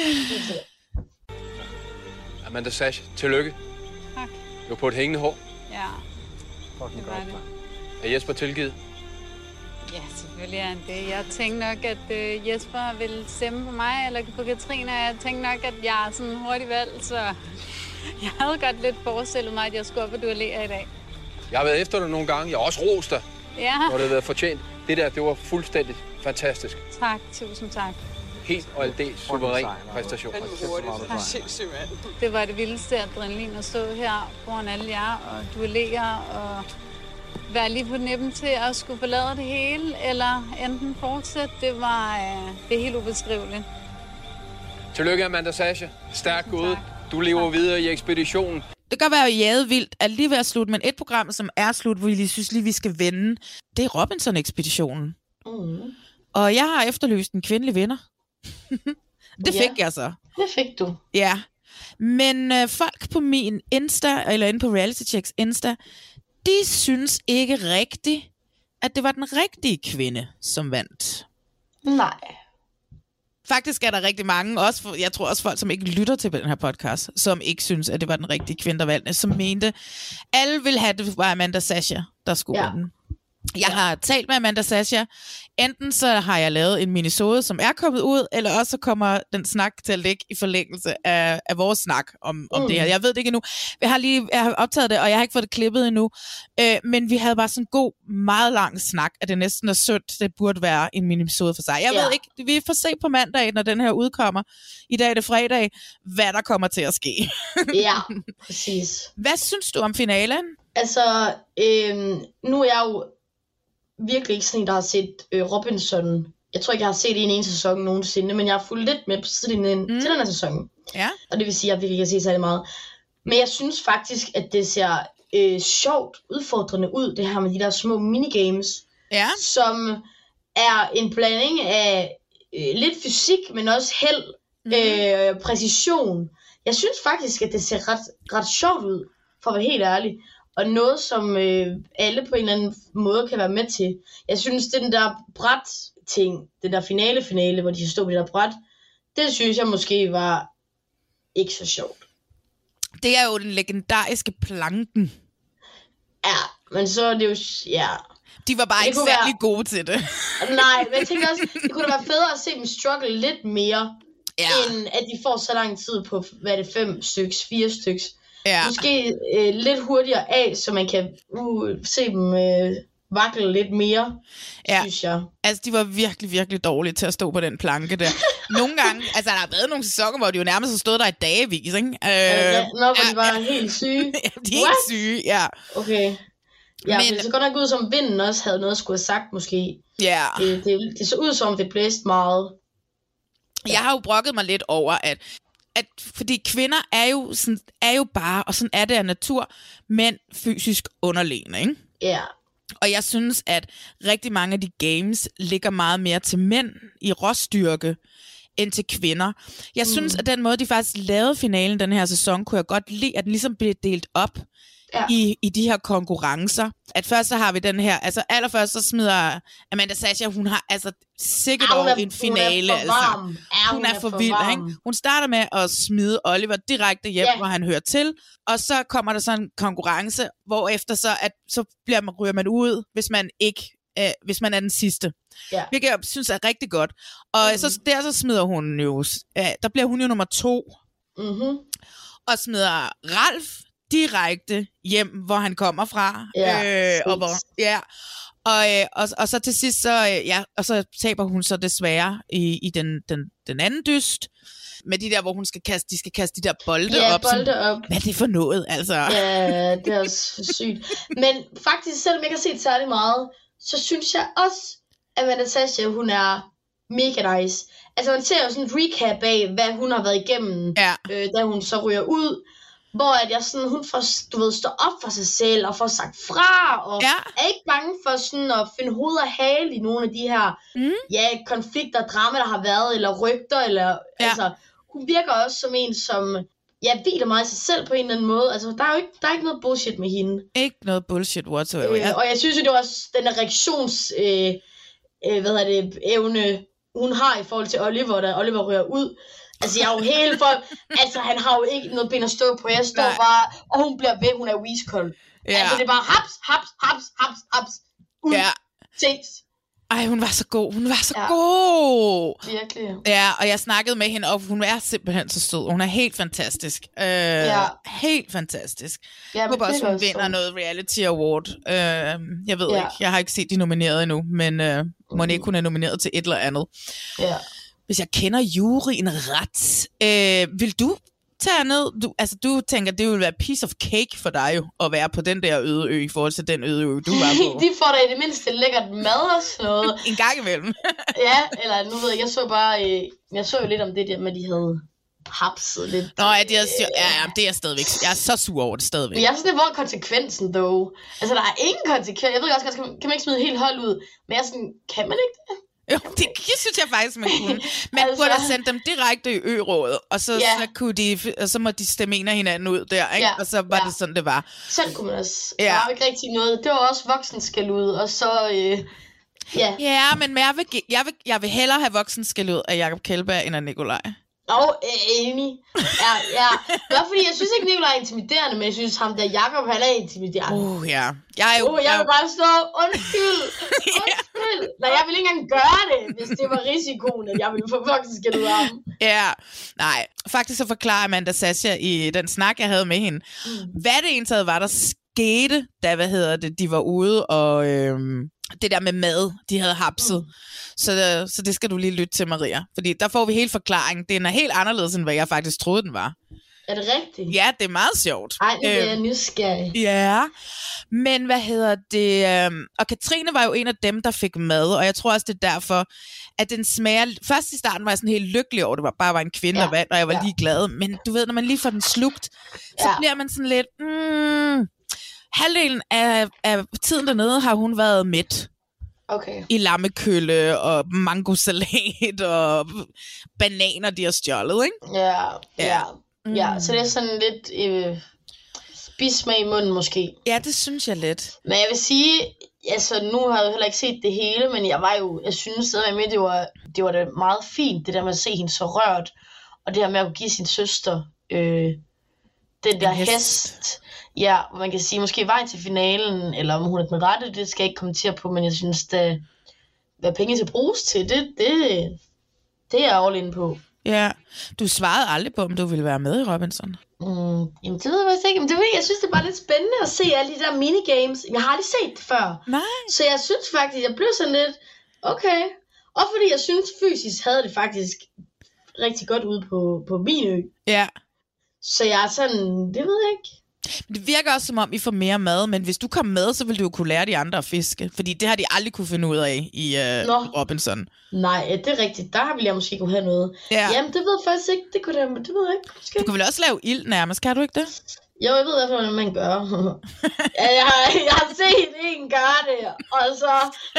Amanda Sasha, tillykke. Tak. Du var på et hængende hår. Ja, det var det. Er Jesper tilgivet? Ja, selvfølgelig er han det. Jeg tænkte nok, at Jesper ville stemme på mig, eller på Katrine, og jeg tænkte nok, at jeg er sådan hurtigt valg, så jeg havde godt lidt forestillet mig, at jeg skulle op og duellere i dag. Jeg har været efter dig nogle gange. Jeg har også rost dig, hvor det har været fortjent. Det der, det var fuldstændig fantastisk. Tak, tusind tak. Helt og aldeles suveræn præstation. Det var det vildeste adrenalin at stå her foran alle jer og duellere og være lige på nippen til at skulle forlade det hele, eller enten fortsætte. Det er helt ubeskriveligt. Tillykke, Amanda Sasha. Stærkt gået. Du lever videre i ekspeditionen. Det kan være jaget vildt at lige være slut, men et program, som er slut, hvor vi synes lige, vi skal vende, det er Robinson-ekspeditionen. Og jeg har efterlyst en kvindelig vinder. Det fik jeg så. Det fik du. Ja. Men folk på min Insta, eller inde på Reality Checks Insta, de synes ikke rigtigt, at det var den rigtige kvinde, som vandt. Nej. Faktisk er der rigtig mange, også jeg tror også folk, som ikke lytter til den her podcast, som ikke synes, at det var den rigtige kvinde, der valgte, som mente, alle ville have, at det var Amanda Sasha, der skulle vinde. Jeg har talt med Amanda Sasha. Enten så har jeg lavet en minisode, som er kommet ud, eller også så kommer den snak til at ligge i forlængelse af vores snak om det her. Jeg ved det ikke endnu. Jeg har optaget det, og jeg har ikke fået det klippet endnu. Men vi havde bare sådan en god, meget lang snak, at det næsten er synd. Det burde være en minisode for sig. Jeg ved ikke, vi får se på mandag, når den her udkommer. I dag er det fredag, hvad der kommer til at ske. Ja, præcis. Hvad synes du om finalen? Altså, nu er jeg jo virkelig ikke sådan en, der har set Robinson Jeg tror ikke, jeg har set en sæson nogensinde, men jeg har fulgt lidt med på sidelinjen til den her sæson. Ja. Og det vil sige, at jeg virkelig ikke kan se særlig meget. Men jeg synes faktisk, at det ser sjovt, udfordrende ud, det her med de der små minigames. Ja. Som er en blanding af lidt fysik, men også held, præcision. Jeg synes faktisk, at det ser ret sjovt ud, for at være helt ærlig. Og noget, som alle på en eller anden måde kan være med til. Jeg synes, den der bræt-ting, den der finale, hvor de stod på det der bræt, det synes jeg måske var ikke så sjovt. Det er jo den legendariske planken. Ja, men så er det jo... Ja. De var bare ikke særlig gode til det. Nej, men jeg tænker også, det kunne da være federe at se dem struggle lidt mere, end at de får så lang tid på, hvad er det, 4 styks. Ja. Måske lidt hurtigere af, så man kan se dem vakle lidt mere, synes jeg. Altså, de var virkelig, virkelig dårlige til at stå på den planke der. Nogle gange, altså der har været nogle sæsoner, hvor de jo nærmest har stået der i dagevis, ikke? Hvor de var helt syge. De er helt syge, ja. Okay. Ja, men det så godt nok ud som vinden også havde noget at skulle have sagt, måske. Ja. Det så ud som, det blæste meget. Jeg har jo brokket mig lidt over, at fordi kvinder er jo bare, og sådan er det af natur, mænd fysisk underlegne, ikke? Ja. Og jeg synes, at rigtig mange af de games ligger meget mere til mænd i råstyrke end til kvinder. Jeg synes, at den måde, de faktisk lavede finalen den her sæson, kunne jeg godt lide, at den ligesom blev delt op i de her konkurrencer. At først så har vi den her, altså allerførst så smider Amanda Sasha, hun har altså sikkert over en finale. Hun er for vild, ikke? Hun starter med at smide Oliver direkte hjem, hvor han hører til, og så kommer der sådan en konkurrence, hvor efter så ryger man ud, hvis man er den sidste. Hvilket jeg synes er rigtig godt. Og så smider hun jo, der bliver hun jo nummer 2. Og smider Ralf direkte hjem, hvor han kommer fra. Og så til sidst, og så taber hun så desværre i den anden dyst, med de der, hvor de skal kaste de der bolde op. Op. Hvad er det for noget, altså? Ja, det er også sygt. Men faktisk, selvom jeg ikke har set særlig meget, så synes jeg også, at Amanda Sasha, hun er mega nice. Altså, man ser jo sådan en recap af, hvad hun har været igennem, da hun så ryger ud. Hvor at hun får, står op for sig selv og får sagt fra, og er ikke bange for sådan at finde hoved og hale i nogle af de her konflikter, drama, der har været, eller rygter, eller altså, hun virker også som en, som hviler meget i sig selv på en eller anden måde. Altså, der er ikke noget bullshit med hende. Ikke noget bullshit whatsoever. Og jeg synes jo, det var også den der reaktions evne, hun har i forhold til Oliver, da Oliver rører ud. Altså, jeg er jo helt for... Altså, han har jo ikke noget ben at stå på. Jeg står bare... Og hun bliver ved, hun er whiskold. Altså, det er bare haps. Ud. Ses. Ej, hun var så god. Hun var så god. Virkelig. Ja, og jeg snakkede med hende, og hun er simpelthen så sød. Hun er helt fantastisk. Helt fantastisk. Jeg håber også, hun vinder noget reality award. Jeg ved ikke. Jeg har ikke set de nomineret endnu, men Monique, hun er nomineret til et eller andet. Ja. Hvis jeg kender juryen ret, vil du tage ned? Du tænker, det vil være piece of cake for dig jo, at være på den der øde ø, i forhold til den øde ø, du var på. De får da i det mindste lækkert mad og sådan noget. En gang imellem. Ja, eller nu ved jeg jeg så jo lidt om det der med, at de havde hapset lidt. Nå, det er stadigvæk. Jeg er så sur over det stadigvæk. Men jeg synes, det var konsekvensen, dog. Altså, der er ingen konsekvens. Jeg ved også, kan man ikke smide helt hold ud, men jeg er sådan, kan man ikke det? Jo, det synes jeg faktisk, man kunne. Man burde have sendt dem direkte i ø-rådet, og så må de stemme en af hinanden ud der, ikke? Og så var det sådan, det var. Sådan kunne man også. Der var ikke rigtig noget. Det var også voksenskæld-ud, og så... Ja, men jeg vil hellere have voksenskæld-ud af Jacob Kjeldberg end af Nikolaj. Enig. Ja. Bare fordi jeg synes ikke, Nikolaj er intimiderende, men jeg synes ham der Jacob, han er intimiderende. Jeg vil bare stå, undskyld. Nej, jeg vil ikke engang gøre det, hvis det var risikoen, at jeg ville få voksenskæld ud af ham. Ja, nej. Faktisk så forklarer Amanda Sasha i den snak, jeg havde med hende, hvad det egentlig var, der skete, da, de var ude, og det der med mad, de havde hapset. Så det skal du lige lytte til, Maria. Fordi der får vi hele forklaringen. Den er helt anderledes, end hvad jeg faktisk troede, den var. Er det rigtigt? Ja, det er meget sjovt. Ej, det er nysgerrig. Ja, men hvad hedder det? Og Katrine var jo en af dem, der fik mad, og jeg tror også, det er derfor, at den smager... Først i starten var jeg sådan helt lykkelig over, det bare var en kvinde og vand, og jeg var lige glad. Men du ved, når man lige får den slugt, så bliver man sådan lidt... halvdelen af tiden dernede har hun været mæt. Okay. I lammekølle og mangosalat og bananer, de har stjålet, ikke? Ja, så det er sådan lidt bismag i munden måske. Ja, det synes jeg lidt. Men jeg vil sige, altså nu har jeg jo heller ikke set det hele, men jeg synes stadig med, det var da meget fint, det der med at se hende så rørt, og det her med at kunne give sin søster den der hest. Ja, man kan sige, måske vej til finalen, eller om hun er den rette, det skal jeg ikke kommentere på, men jeg synes, hvad penge skal bruges til, det er jeg all in på. Ja, du svarede aldrig på, om du ville være med i Robinson. Jamen, det ved jeg faktisk ikke. Men jeg synes, det er bare lidt spændende at se alle de der minigames. Jeg har aldrig set det før. Nej. Så jeg synes faktisk, jeg blev sådan lidt, okay. Og fordi jeg synes, fysisk havde det faktisk rigtig godt ude på min ø. Ja. Så jeg er sådan, det ved jeg ikke. Men det virker også, som om I får mere mad, men hvis du kom med, så ville du jo kunne lære de andre at fiske. Fordi det har de aldrig kunne finde ud af i Robinson. Nej, det er rigtigt. Der ville jeg måske kunne have noget. Ja. Jamen, det ved jeg faktisk ikke. Det ved jeg ikke. Måske. Du kan vel også lave ild nærmest, kan du ikke det? Jo, jeg ved i hvert fald, hvordan man gør. jeg har set en gøre det, og så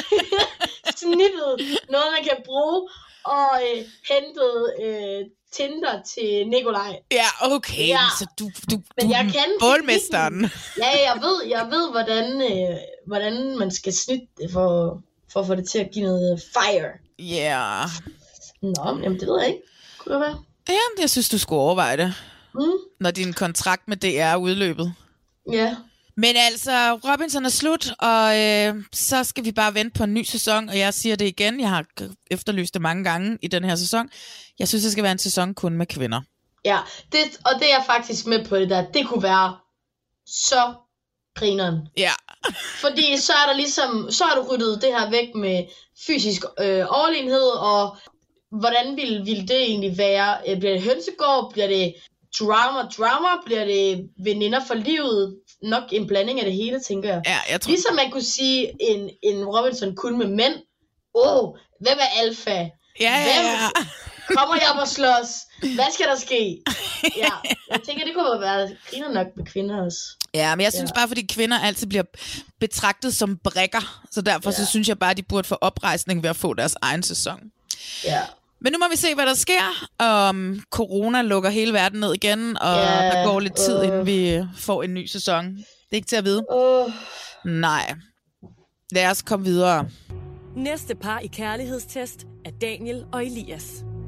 snittet noget, man kan bruge, og hentet Tinder til Nikolaj. Ja, okay. Ja. Så du er bålmesteren. Ja, jeg ved hvordan man skal snitte det for at få det til at give noget fire. Ja. Yeah. Nå, jamen det ved jeg ikke. Kunne det være? Ja, jeg synes, du skulle overveje det. Når din kontrakt med DR er udløbet. Ja. Men altså, Robinson er slut, og så skal vi bare vente på en ny sæson, og jeg siger det igen, jeg har efterlyst det mange gange i den her sæson. Jeg synes, det skal være en sæson kun med kvinder. Ja, og det er jeg faktisk med på det der. Det kunne være så grineren. Ja. Fordi så er der ligesom, så har du ryddet det her væk med fysisk overlegenhed, og hvordan vil det egentlig være? Bliver det hønsegård? Bliver det drama? Bliver det veninder for livet? Nok en blanding af det hele, tænker jeg. Ja, jeg tror... Ligesom man kunne sige en Robinson kun med mænd. Hvem er alfa? Ja. Kommer jeg op og slås? Hvad skal der ske? Ja, jeg tænker, det kunne være griner nok med kvinder også. Ja, men jeg synes bare, fordi kvinder altid bliver betragtet som brikker, så derfor så synes jeg bare, at de burde få oprejsning ved at få deres egen sæson. Ja. Men nu må vi se, hvad der sker. Corona lukker hele verden ned igen, og der går lidt tid, inden vi får en ny sæson. Det er ikke til at vide. Nej. Lad os komme videre. Næste par i kærlighedstest er Daniel og Elias.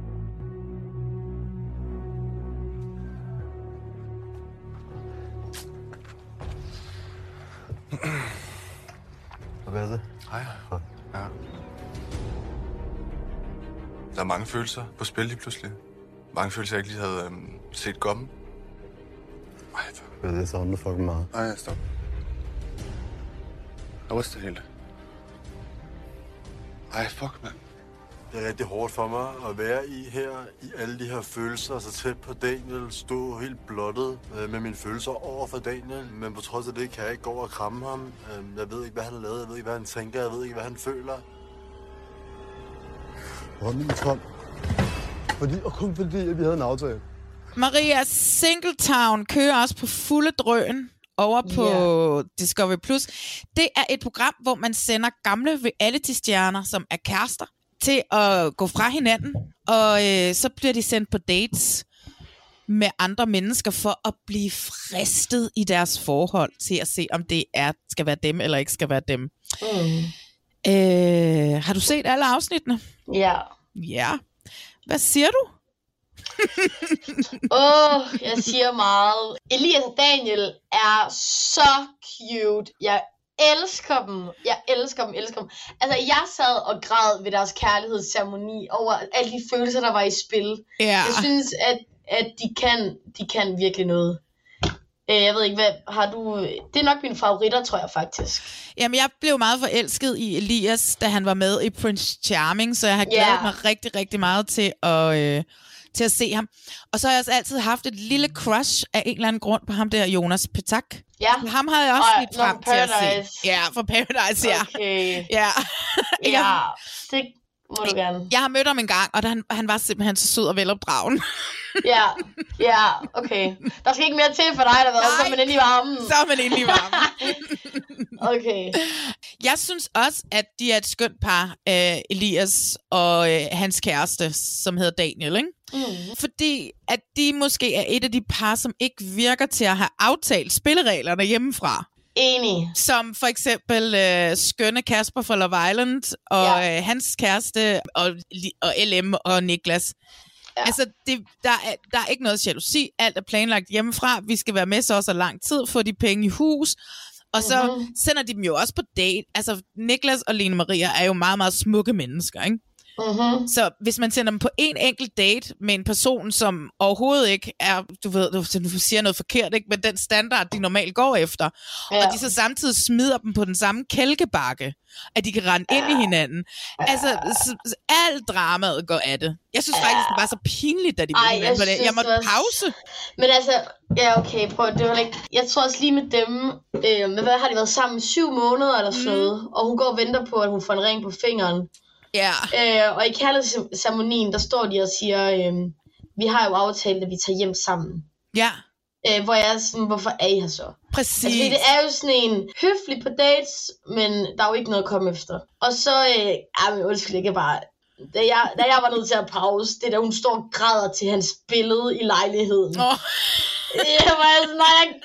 Hvad er det? Hej. Ja. Der er mange følelser på spil lige pludselig. Mange følelser, jeg ikke lige havde set komme. Hvad er det så under fucking meget? Nej, stop. Jeg ryster helt. Ej, fuck, mand. Det er rigtig hårdt for mig at være i alle de her følelser, så tæt på Daniel, stå helt blottet med mine følelser over for Daniel. Men på trods af det kan jeg ikke gå over og kramme ham. Jeg ved ikke, hvad han har lavet, jeg ved ikke, hvad han tænker, jeg ved ikke, hvad han føler. Hvor er min tom? Kun fordi, at vi havde en aftale. Maria, Singletown kører også på fulde drøn over på Discovery+. Det er et program, hvor man sender gamle reality-stjerner, som er kærester, til at gå fra hinanden, og så bliver de sendt på dates med andre mennesker for at blive fristet i deres forhold, til at se, om det skal være dem eller ikke skal være dem. Har du set alle afsnittene? Ja. Ja. Hvad siger du? Jeg siger meget. Elias og Daniel er så cute. Jeg elsker dem. Altså, jeg sad og græd ved deres kærlighedsceremoni over alle de følelser, der var i spil. Ja. Jeg synes, at de kan virkelig noget. Jeg ved ikke, hvad har du... Det er nok mine favoritter, tror jeg faktisk. Jamen, jeg blev meget forelsket i Elias, da han var med i Prince Charming, så jeg har glædet mig rigtig, rigtig meget til til at se ham. Og så har jeg også altid haft et lille crush af en eller anden grund på ham der, Jonas Petak. Ja. Ham havde jeg også lidt frem til at se. Ja, for Paradise, ja. Okay. Ja. Ja, det må du gerne. Jeg har mødt ham en gang, og han var simpelthen så sød og velopdragen. Ja, okay. Der skal ikke mere til for dig, så er man inde i varmen. Så er man inde i varmen. Okay. Jeg synes også, at de er et skønt par, Elias og hans kæreste, som hedder Daniel, ikke? Fordi at de måske er et af de par, som ikke virker til at have aftalt spillereglerne hjemmefra. Enig. Som for eksempel skønne Kasper fra Love Island, og hans kæreste, og LM og Niklas. Ja. Altså, der er ikke noget jalousi. Alt er planlagt hjemmefra. Vi skal være med så lang tid, få de penge i hus. Og så sender de dem jo også på date. Altså, Niklas og Lene Maria er jo meget, meget smukke mennesker, ikke? Så hvis man sender dem på en enkelt date med en person, som overhovedet ikke er, du siger noget forkert, ikke, men den standard, de normalt går efter, og de så samtidig smider dem på den samme kælkebakke, at de kan rende ind i hinanden. Altså, alt dramaet går af det. Jeg synes faktisk, det var så pinligt, da de blev med på det. Jeg måtte pause. Men altså, ja okay, prøv, det var ikke. Jeg tror også lige med dem, hvad har de været sammen 7 måneder eller sådan noget, og hun går og venter på, at hun får en ring på fingeren. Ja. Og i kærlighedsceremonien, der står de og siger, vi har jo aftalt, at vi tager hjem sammen. Ja. Hvor jeg er sådan, hvorfor er I her så? Præcis. Altså, det er jo sådan en høflig på dates, men der er jo ikke noget at komme efter. Og så, undskyld, ikke bare. Da jeg var nødt til at pause, det der hun står og græder til hans billede i lejligheden. Jeg var sådan, nej, jeg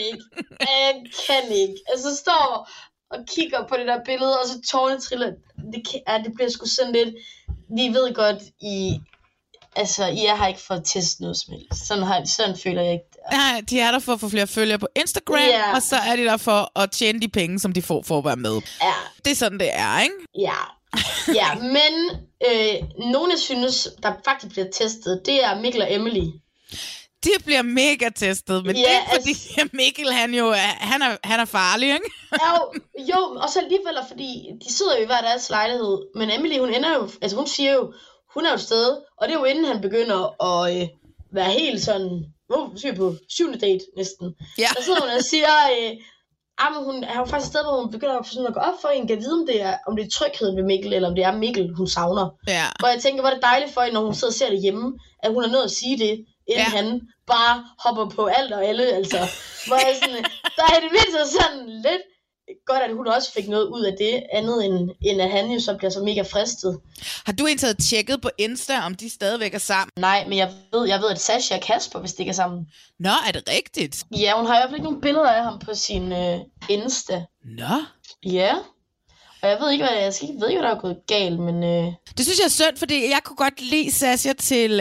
kan ikke. Altså, står og kigger på det der billede, og så tårerne triller. Det bliver sgu sådan lidt, vi ved godt, I har ikke fået testet noget som helst. Sådan føler jeg ikke. Nej, de er der for at få flere følgere på Instagram, og så er de der for at tjene de penge, som de får for at være med. Ja. Det er sådan, det er, ikke? Ja, men nogle synes, der faktisk bliver testet, det er Mikkel og Emily. De bliver mega testet, men det er fordi Mikkel, han er farlig, ikke? jo, og så alligevel, fordi de sidder jo i hver deres lejlighed, men Emily, hun ender jo, altså hun siger jo, hun er jo et sted, og det er jo inden han begynder at være helt sådan, på 7. date næsten. Ja. Der sidder hun og siger, men hun er jo faktisk et sted, hvor hun begynder sådan at gå op for en, kan vide, om det er trygheden ved Mikkel, eller om det er Mikkel, hun savner. Ja. Og jeg tænker, hvor er det dejligt for hende, når hun sidder og ser det hjemme, at hun er nødt at sige det, inden han bare hopper på alt og alle, altså. Hvor jeg sådan, der er det mindst sådan lidt godt, at hun også fik noget ud af det, andet end at han jo så bliver så mega fristet. Har du egentlig tjekket på Insta, om de stadigvæk er sammen? Nej, men jeg ved, at Sasha og Kasper, hvis de ikke er sammen. Nå, er det rigtigt? Ja, hun har i hvert fald ikke nogen billeder af ham på sin Insta. Nå? Ja. Og jeg ved ikke, hvad der er gået galt, men... Det synes jeg er synd, fordi jeg kunne godt lide Sasha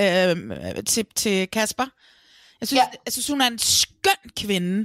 til Kasper. Jeg synes, hun er en skøn kvinde.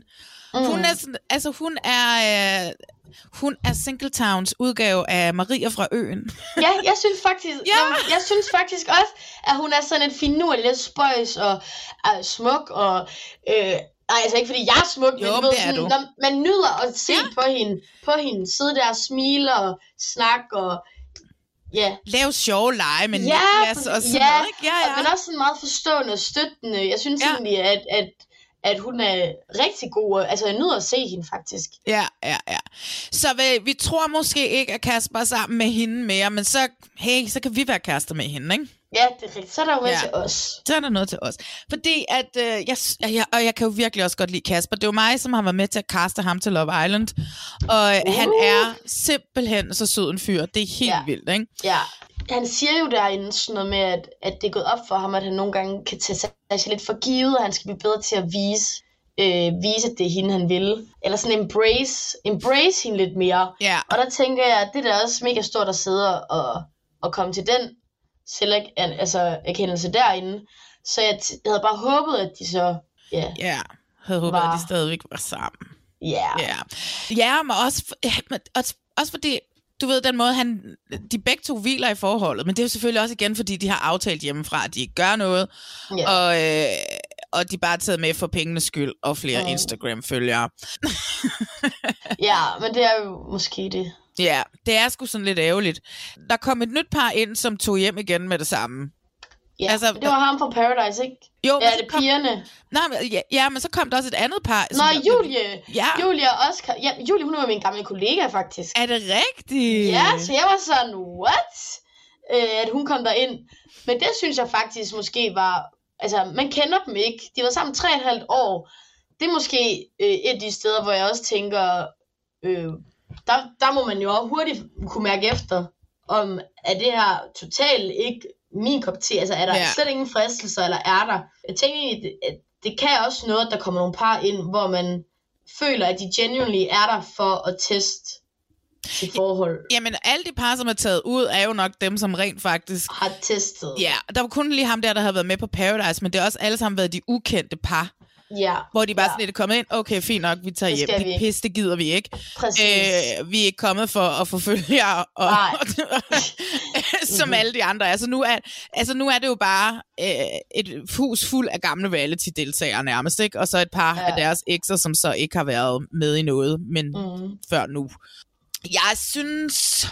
Hun er Singletowns udgave af Maria fra Øen. Ja, jeg synes faktisk også, at hun er sådan et finurligt, lidt spøjs og smuk og... Nej, altså ikke fordi jeg er smuk, men det er du. Man nyder at se på hende sidde der og smile og snakke og lave sjove lege med Niklas og sådan noget, ikke? Ja. Men også sådan meget forstående og støttende. Jeg synes egentlig, at hun er rigtig god. Altså, jeg nyder at se hende faktisk. Ja. Så vi tror måske ikke, at Kasper er sammen med hende mere, men så kan vi være kærester med hende, ikke? Ja, det er rigtigt. Så er der jo noget til os. Så er der noget til os. Fordi at, jeg kan jo virkelig også godt lide Kasper. Det er jo mig, som har været med til at kaste ham til Love Island. Og han er simpelthen så sød en fyr. Det er helt vildt, ikke? Ja. Han siger jo derinde sådan noget med, at det er gået op for ham, at han nogle gange kan tage sig lidt for givet, og han skal blive bedre til at vise, at det er hende, han vil. Eller sådan embrace hende lidt mere. Ja. Og der tænker jeg, at det er også mega stort at sidde og komme til den erkendelse derinde. Så jeg havde bare håbet, at de så... Ja, havde håbet, at de stadigvæk var sammen. Ja, men også fordi... Du ved, den måde, de begge to hviler i forholdet, men det er jo selvfølgelig også igen, fordi de har aftalt hjemmefra, at de ikke gør noget, og de bare er taget med for pengenes skyld og flere Instagram-følgere. Ja, men det er jo måske det. Ja, det er sgu sådan lidt ærgerligt. Der kom et nyt par ind, som tog hjem igen med det samme. Ja, altså, det var ham fra Paradise, ikke? Jo, ja, det pigerne. Nej, men så kom der også et andet par. Nå, Julie. Ja. Julie og Oscar. Ja, Julie, hun var min gamle kollega, faktisk. Er det rigtigt? Ja, så jeg var sådan, what? At hun kom derind. Men det synes jeg faktisk måske var... Altså, man kender dem ikke. De var sammen 3,5 år. Det er måske et af de steder, hvor jeg også tænker... Der må man jo også hurtigt kunne mærke efter, om er det her totalt ikke min kop te. Altså, er der slet ingen fristelser, eller er der? Jeg tænker egentlig, at det kan også noget, at der kommer nogle par ind, hvor man føler, at de genuinely er der for at teste sit forhold. Jamen, alle de par, som er taget ud, er jo nok dem, som rent faktisk... har testet. Ja, der var kun lige ham der havde været med på Paradise, men det har også alle sammen været de ukendte par. Ja. Hvor de bare sådan lidt er kommet ind, okay, fint nok, vi tager hjem. Pisse, det gider vi ikke. Vi er ikke kommet for at forfølge jer, som alle de andre er. Så nu er det jo bare et hus fuld af gamle reality-deltagere nærmest, ikke? Og så et par af deres ekser, som så ikke har været med i noget, men før nu. Jeg synes...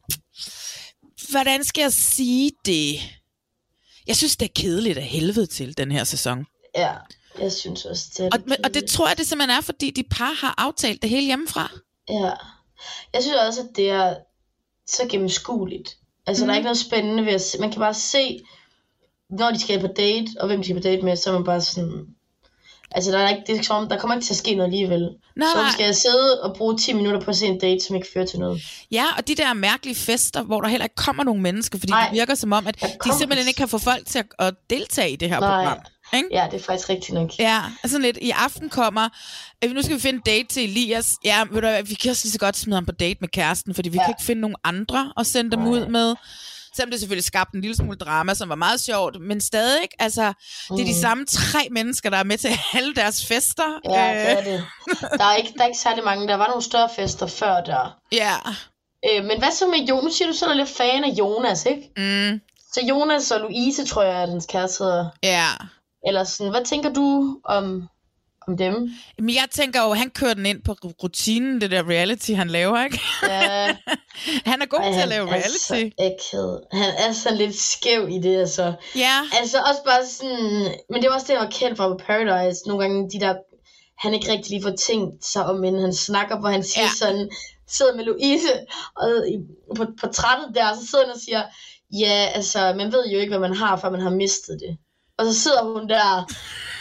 Hvordan skal jeg sige det? Jeg synes, det er kedeligt af helvede til, den her sæson. Ja. Jeg synes også, det og det tror jeg, det simpelthen er, fordi de par har aftalt det hele hjemmefra. Ja. Jeg synes også, at det er så gennemskueligt. Altså, der er ikke noget spændende ved at se. Man kan bare se, når de skal på date, og hvem de skal på date med, så er man bare sådan... Altså, der kommer ikke til at ske noget alligevel. Så skal jeg sidde og bruge 10 minutter på at se en date, som ikke fører til noget. Ja, og de der mærkelige fester, hvor der heller ikke kommer nogen mennesker, fordi det virker som om, at de simpelthen ikke kan få folk til at deltage i det her program. Ikke? Ja, det er faktisk rigtigt nok. Ja, altså lidt, i aften kommer, nu skal vi finde en date til Elias. Ja, ved du hvad, vi kan også lige så godt smide ham på date med kæresten, fordi vi kan ikke finde nogen andre at sende dem ud med. Selvom det selvfølgelig skabte en lille smule drama, som var meget sjovt, men stadig, altså, det er de samme 3 mennesker, der er med til alle deres fester. Ja, det er det. Der er ikke særlig mange. Der var nogle større fester før der. Ja. Men hvad så med Jonas? Nu siger du sådan, at du er lidt fan af Jonas, ikke? Mm. Så Jonas og Louise, tror jeg, er dens kæreste hedder. Ja. Eller sådan, hvad tænker du om dem? Men jeg tænker jo, han kører den ind på rutinen, det der reality, han laver, ikke? Ja. Han er god til at lave reality. Han er så lidt skæv i det, altså. Ja. Altså også bare sådan... Men det var også det, jeg var kendt fra på Paradise. Nogle gange de der... Han ikke rigtig lige får tænkt sig om, men han snakker, hvor han siger sådan... Sidder med Louise og på portrættet der, så sidder han og siger... Ja, altså, man ved jo ikke, hvad man har, før man har mistet det. Og så sidder hun der...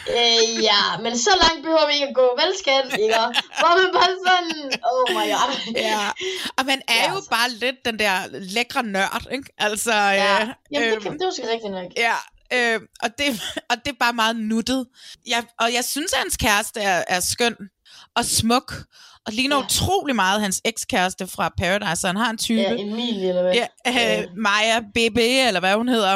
ja, men så langt behøver vi ikke at gå, vel skat, ikke? Hvor man bare sådan, oh my god. Ja, og man er jo bare lidt den der lækre nørd, ikke? Altså, jamen, det er jo sgu rigtigt nok. Ja, og det er bare meget nuttet. Og jeg synes, at hans kæreste er skøn og smuk, og ligner utrolig meget hans ekskæreste fra Paradise, så han har en type. Ja, Emilie, eller hvad? Ja, Maja BB, eller hvad hun hedder.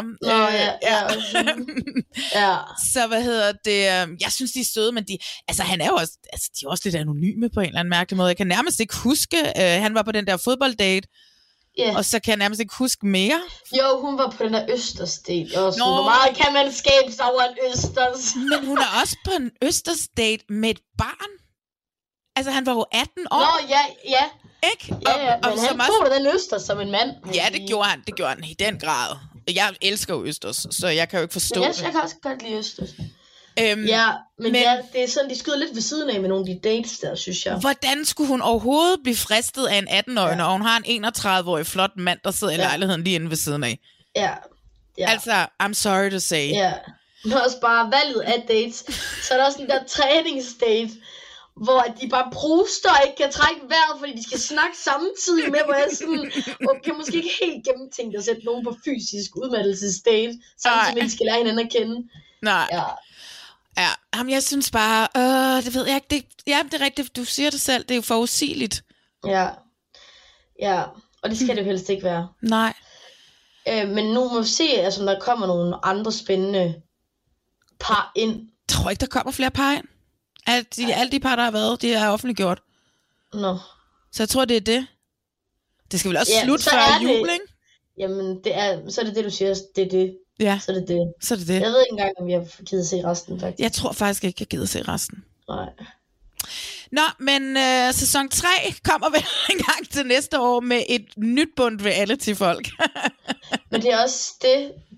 Ja. Så hvad hedder det? Jeg synes, de er søde, men han er jo også, altså, de er også lidt anonyme på en eller anden mærkelig måde. Jeg kan nærmest ikke huske, han var på den der fodbolddate, og så kan jeg nærmest ikke huske mere. Jo, hun var på den der Østers-date. Hvor meget kan man skabe sig over en Østers? Men hun er også på en Østers-date med et barn. Altså, han var jo 18 år. Nå, ja. Ikke? Ja, men han tog den Østers som en mand. Ja, det gjorde han i den grad. Jeg elsker jo Østers, så jeg kan jo ikke forstå det. Jeg kan også godt lide Østers. Men det er sådan, de skyder lidt ved siden af med nogle af de dates der, synes jeg. Hvordan skulle hun overhovedet blive fristet af en 18-årig, når hun har en 31-årig flot mand, der sidder i lejligheden lige inde ved siden af? Ja. Altså, I'm sorry to say. Ja. Men også bare valget af dates. Så er der også den der træningsdate, hvor de bare pruster og ikke kan trække vejret, fordi de skal snakke samtidig med, hvor jeg sådan, kan måske ikke helt gennemtænkt at sætte nogen på fysisk udmattelsesdate, samtidig med, at de skal lære hinanden at kende. Nej. Ja. Jamen, jeg synes bare, det ved jeg ikke, det er rigtigt, du siger det selv, det er jo forudsigeligt. Ja, og det skal det jo helst ikke være. Nej. Men nu må vi se, altså, om der kommer nogle andre spændende par ind. Jeg tror ikke, der kommer flere par ind. Alle de par, der har været, de er offentliggjort. Nå. Så jeg tror, det er det. Det skal vel også slutte før jul, ikke? Jamen, så er det, du siger, det er det. Ja, så er det det. Så er det det. Jeg ved ikke engang, om jeg har givet at se resten, faktisk. Jeg tror faktisk ikke, jeg gider at se resten. Nej. Nå, men sæson 3 kommer vel en gang til næste år med et nyt bund reality-folk. Men det er også det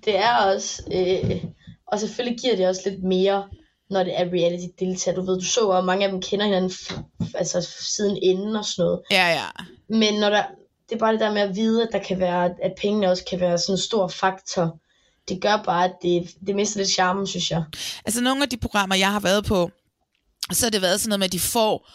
det er også... og selvfølgelig giver det også lidt mere, når det er reality-deltager. Du ved, du så, at mange af dem kender hinanden altså siden inden og sådan noget. Ja. Men når det er bare det der med at vide, at der kan være, at pengene også kan være sådan en stor faktor. Det gør bare, at det mister lidt charmen, synes jeg. Altså nogle af de programmer, jeg har været på, så har det været sådan noget med, at de får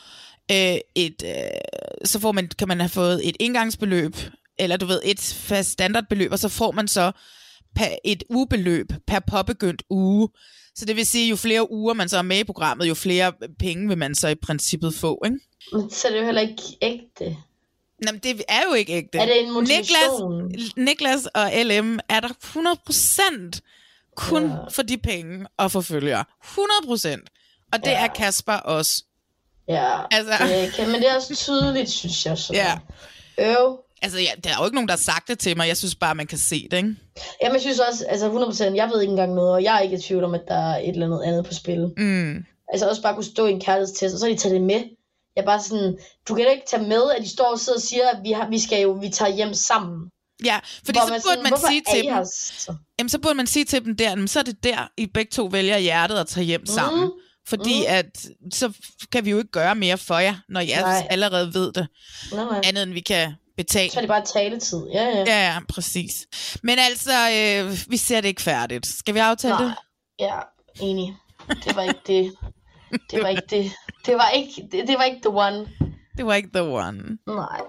kan man have fået et engangsbeløb, eller du ved, et fast standardbeløb, og så får man så et ugebeløb per påbegyndt uge. Så det vil sige, jo flere uger man så er med i programmet, jo flere penge vil man så i princippet få, ikke? Så er det jo heller ikke ægte. Jamen, det er jo ikke ægte. Er det en motivation? Niklas og LM er der 100% kun for de penge og for følgere. 100%. Og det er Kasper også. Ja, altså. Men det er også tydeligt, synes jeg. Så. Ja. Altså, der er jo ikke nogen, der har sagt det til mig. Jeg synes bare, man kan se det, ikke? Jamen, jeg synes også, altså 100%, jeg ved ikke engang noget, og jeg er ikke i tvivl om, at der er et eller andet på spil. Altså også bare kunne stå i en kærlighedstest, og så har de taget det med. Jeg er bare sådan, du kan da ikke tage med, at de står og sidder og siger, at vi tager hjem sammen. Ja, fordi så burde man sige til dem, jamen så burde man sige til dem der, så er det der, I begge to vælger hjertet at tage hjem sammen. Fordi at, så kan vi jo ikke gøre mere for jer, når jeg allerede ved det. Nej. Andet end vi kan betale. Så er det bare taletid. Ja, præcis. Men altså, vi ser det ikke færdigt. Skal vi aftale det? Ja, enig. Det var ikke det. Det var ikke det. Det var ikke the one. Det var ikke the one. Nej.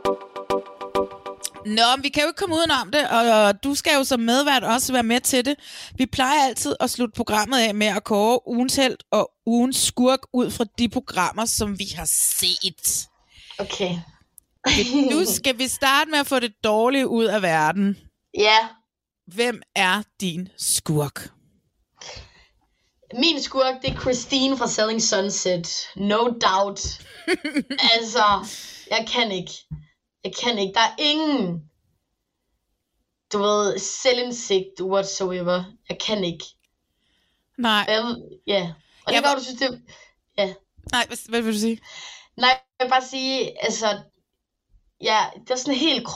Nå, men vi kan jo ikke komme udenom det, og du skal jo som medvært også være med til det. Vi plejer altid at slutte programmet af med at kåre ugens helt og ugens skurk ud fra de programmer, som vi har set. Okay. Nu skal vi starte med at få det dårlige ud af verden. Ja. Hvem er din skurk? Min skurk, det er Christine fra Selling Sunset. No doubt. Altså, jeg kan ikke. Der er ingen, du ved, selvindsigt whatsoever. Jeg kan ikke. Nej. Ja. Og det var, du synes, det... Ja. Nej, hvad vil du sige? Nej, jeg vil bare sige, altså... Ja, det er sådan en helt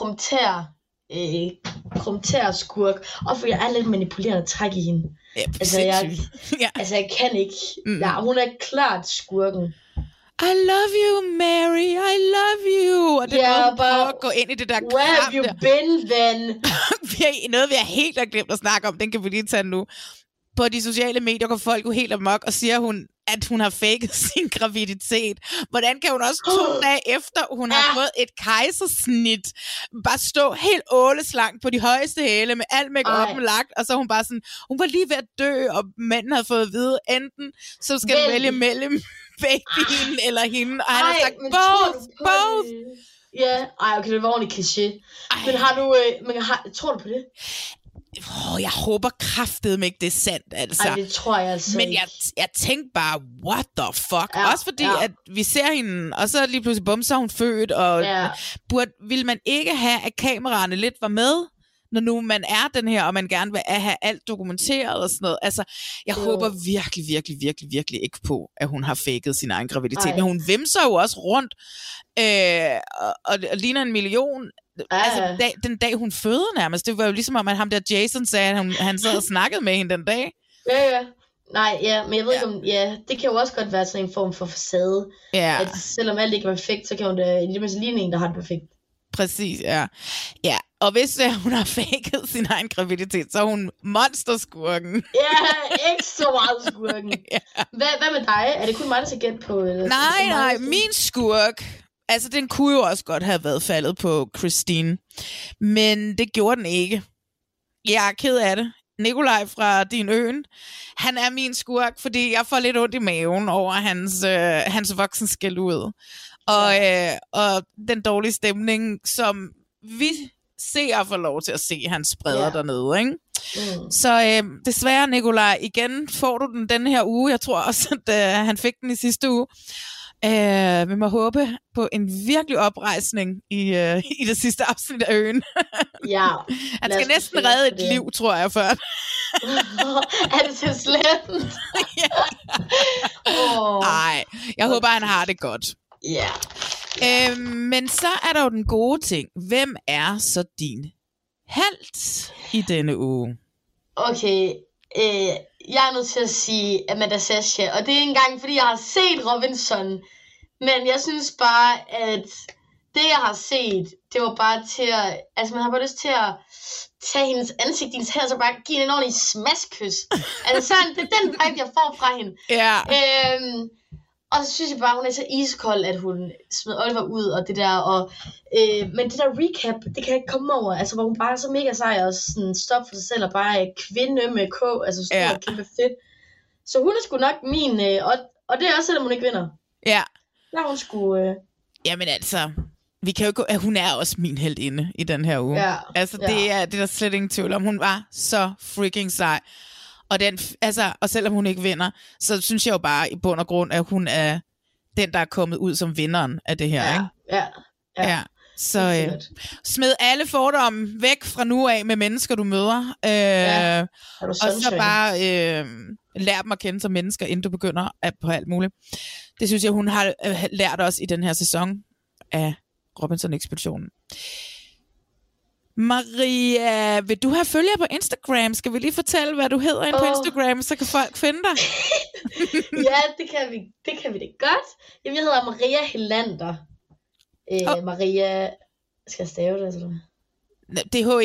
krumtær skurk. Og for jeg er lidt manipulerende træk i hende. Ja, altså, jeg kan ikke. Ja, hun er klart skurken. I love you, Mary, I love you. Og det er bare at gå ind i det der kram. Where have you been then? Noget, vi har helt glemt at snakke om, den kan vi lige tage nu. På de sociale medier går folk jo helt amok og siger, at hun har faket sin graviditet. Hvordan kan hun også 2 dage efter, hun har fået et kejsersnit, bare stå helt åleslank på de højeste hæle med alt make-up'en lagt, og så er hun bare sådan, hun var lige ved at dø, og manden havde fået at vide, enten så skal du vælge mellem babyen eller hende, og han har sagt, both. Ja, okay, det var ordentligt kliché. Men tror du på det? Jeg håber kraftedeme ikke, det er sandt, altså. Ej, det tror jeg altså men jeg tænkte bare, what the fuck? Ja, også fordi, at vi ser hende, og så lige pludselig bumser hun født, og vil man ikke have, at kameraerne lidt var med, når nu man er den her, og man gerne vil have alt dokumenteret og sådan noget. Altså, jeg håber virkelig ikke på, at hun har faket sin egen graviditet. Men hun vimser jo også rundt, og ligner en million. Altså, den dag hun føder nærmest, det var jo ligesom om, at ham der Jason sagde, at han sad og snakkede med hende den dag. Ja. Nej, men jeg ved ikke om... Ja, det kan jo også godt være sådan en form for facade. Ja. At selvom alt ikke er perfekt, så kan hun da ligne en, der har det perfekt. Præcis, ja. Og hvis hun har faket sin egen graviditet, så er hun monsterskurken. Ja, ikke så meget skurken. Hvad med dig? Er det kun mig, der skal gætte på? Eller? Nej, min skurk... Altså, den kunne jo også godt have været faldet på Christine. Men det gjorde den ikke. Jeg er ked af det. Nikolaj fra Din Øen, han er min skurk, fordi jeg får lidt ondt i maven over hans voksenskæld ud. Og den dårlige stemning, som vi ser får lov til at se, han spreder dernede, ikke? Så desværre, Nikolaj, igen får du den her uge. Jeg tror også, at han fik den i sidste uge. Vi må håbe på en virkelig oprejsning i det sidste afsnit af Øen. Ja. Han skal næsten redde et liv, tror jeg, før. Er det så slemt? Nej, jeg håber, han har det godt. Ja. Men så er der jo den gode ting. Hvem er så din helt i denne uge? Okay, jeg er nødt til at sige Amanda Sasha, og det er ikke engang, fordi jeg har set Robinson, men jeg synes bare, at det, jeg har set, det var bare til at... Altså, man har bare lyst til at tage hendes ansigt, hendes hænder, så bare give hende en ordentlig smaskkys. Altså, sådan, det er den vibe, jeg får fra hende. Ja. Og så synes jeg bare, hun er så iskold, at hun smed Oliver ud, og det der, og... men det der recap, det kan jeg ikke komme over. Altså, hvor hun bare er så mega sej, og sådan stop for sig selv, og bare er kvinde med K, altså stor og kæmpe fedt. Så hun er sgu nok min... og det er også, selvom hun ikke vinder. Ja. Der er hun sgu... Jamen altså... Vi kan jo ikke, hun er også min heltinde i den her uge. Ja, altså, det er der slet ingen tvivl om. Hun var så freaking sej. Og, og selvom hun ikke vinder, så synes jeg jo bare i bund og grund, at hun er den, der er kommet ud som vinderen af det her. Ikke? Ja. Så smid alle fordomme væk fra nu af med mennesker, du møder. Og så bare lær dem at kende som mennesker, inden du begynder på alt muligt. Det synes jeg, hun har lært os i den her sæson af Robinson-ekspeditionen. Maria, vil du have følgere på Instagram? Skal vi lige fortælle, hvad du hedder inde på Instagram, så kan folk finde dig? Ja, det kan vi det godt. Jamen, jeg hedder Maria Helander. Maria... Skal jeg stave det, eller? Det er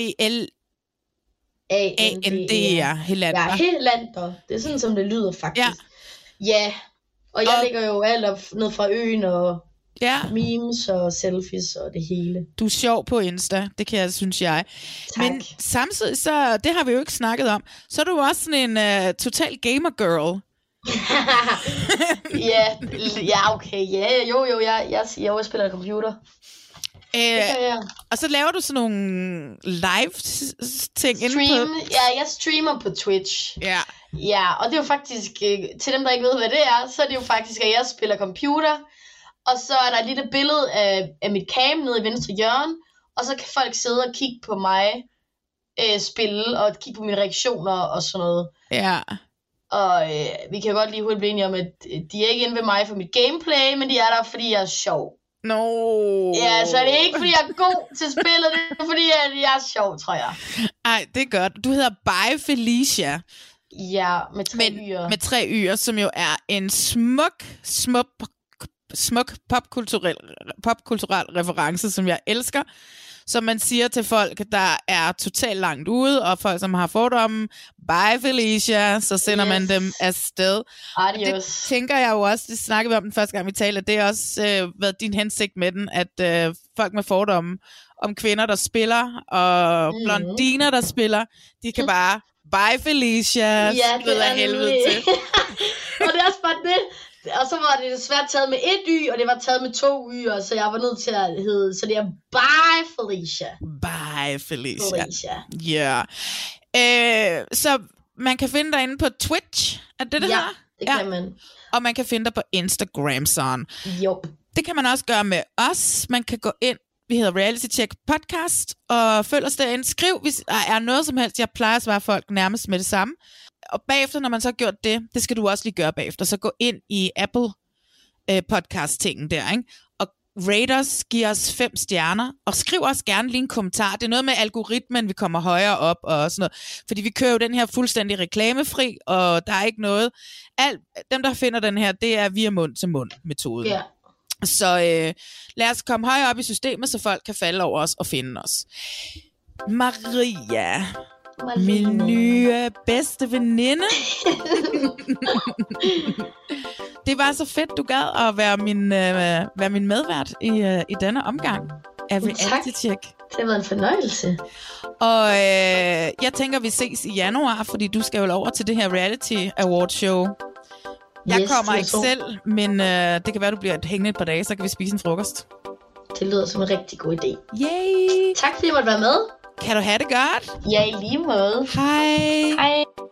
H-I-L-A-N-D-R. Helander. Ja, Helander. Det er sådan, som det lyder faktisk. Ja. Og jeg lægger jo alt op ned fra øen, og memes og selfies og det hele. Du er sjov på Insta, det kan jeg, synes jeg. Tak. Men samtidig, så det har vi jo ikke snakket om, så er du også sådan en total gamer girl. Ja, okay. Ja, jo, jeg spiller computer. Og så laver du sådan nogle live ting inde på... Ja, jeg streamer på Twitch. Ja, og det er jo faktisk, til dem der ikke ved hvad det er, så er det jo faktisk, at jeg spiller computer, og så er der et lille billede af mit cam nede i venstre hjørne, og så kan folk sidde og kigge på mig spille, og kigge på mine reaktioner og sådan noget. Ja. Og vi kan jo godt lige hurtigt blive enige om, at de er ikke inde ved mig for mit gameplay, men de er der, fordi jeg er sjov. Ja, så det er ikke, fordi jeg er god til spillet, det er, fordi jeg er sjov, tror jeg. Ej, det er godt. Du hedder By Felicia. Ja, med 3 y'er. Med 3 y'er, som jo er en smuk popkulturel reference, som jeg elsker. Som man siger til folk, der er totalt langt ude, og folk, som har fordomme, bye Felicia, så sender man dem afsted. Adios. Og det tænker jeg jo også, det snakkede vi om den første gang, vi talte, det er også været din hensigt med den, at folk med fordomme om kvinder, der spiller, og blondiner, der spiller, de kan bare, bye Felicia, skride af helvede til. Og det er også bare det. Og så var det desværre taget med 1 y, og det var taget med 2 y'er, så jeg var nødt til at hedde, så det er Bye Felicia. Bye Felicia. Ja. Så man kan finde dig inde på Twitch, er det her? Ja, det kan man. Og man kan finde dig på Instagram, sådan. Jo. Det kan man også gøre med os. Man kan gå ind, vi hedder Reality Check Podcast, og følg os derinde. Skriv, hvis der er noget som helst. Jeg plejer at svare folk nærmest med det samme. Og bagefter, når man så har gjort det skal du også lige gøre bagefter, så gå ind i Apple podcast-tingen der, ikke? Og rate os, giv os 5 stjerner, og skriv også gerne lige en kommentar. Det er noget med algoritmen, vi kommer højere op og sådan noget. Fordi vi kører jo den her fuldstændig reklamefri, og der er ikke noget. Dem, der finder den her, det er via mund-til-mund-metoden. Ja. Så lad os komme højere op i systemet, så folk kan falde over os og finde os. Maria... Min nye bedste veninde. Det var så fedt, du gad at være min medvært i denne omgang af Reality Check. Det har været en fornøjelse. Og jeg tænker, vi ses i januar, fordi du skal jo over til det her Reality Award Show. Jeg kommer ikke selv, men det kan være, du bliver hængende et par dage, så kan vi spise en frokost. Det lyder som en rigtig god idé. Yay! Tak fordi jeg måtte være med. Kan du have det godt? Ja, i lige måde. Hej. Hej.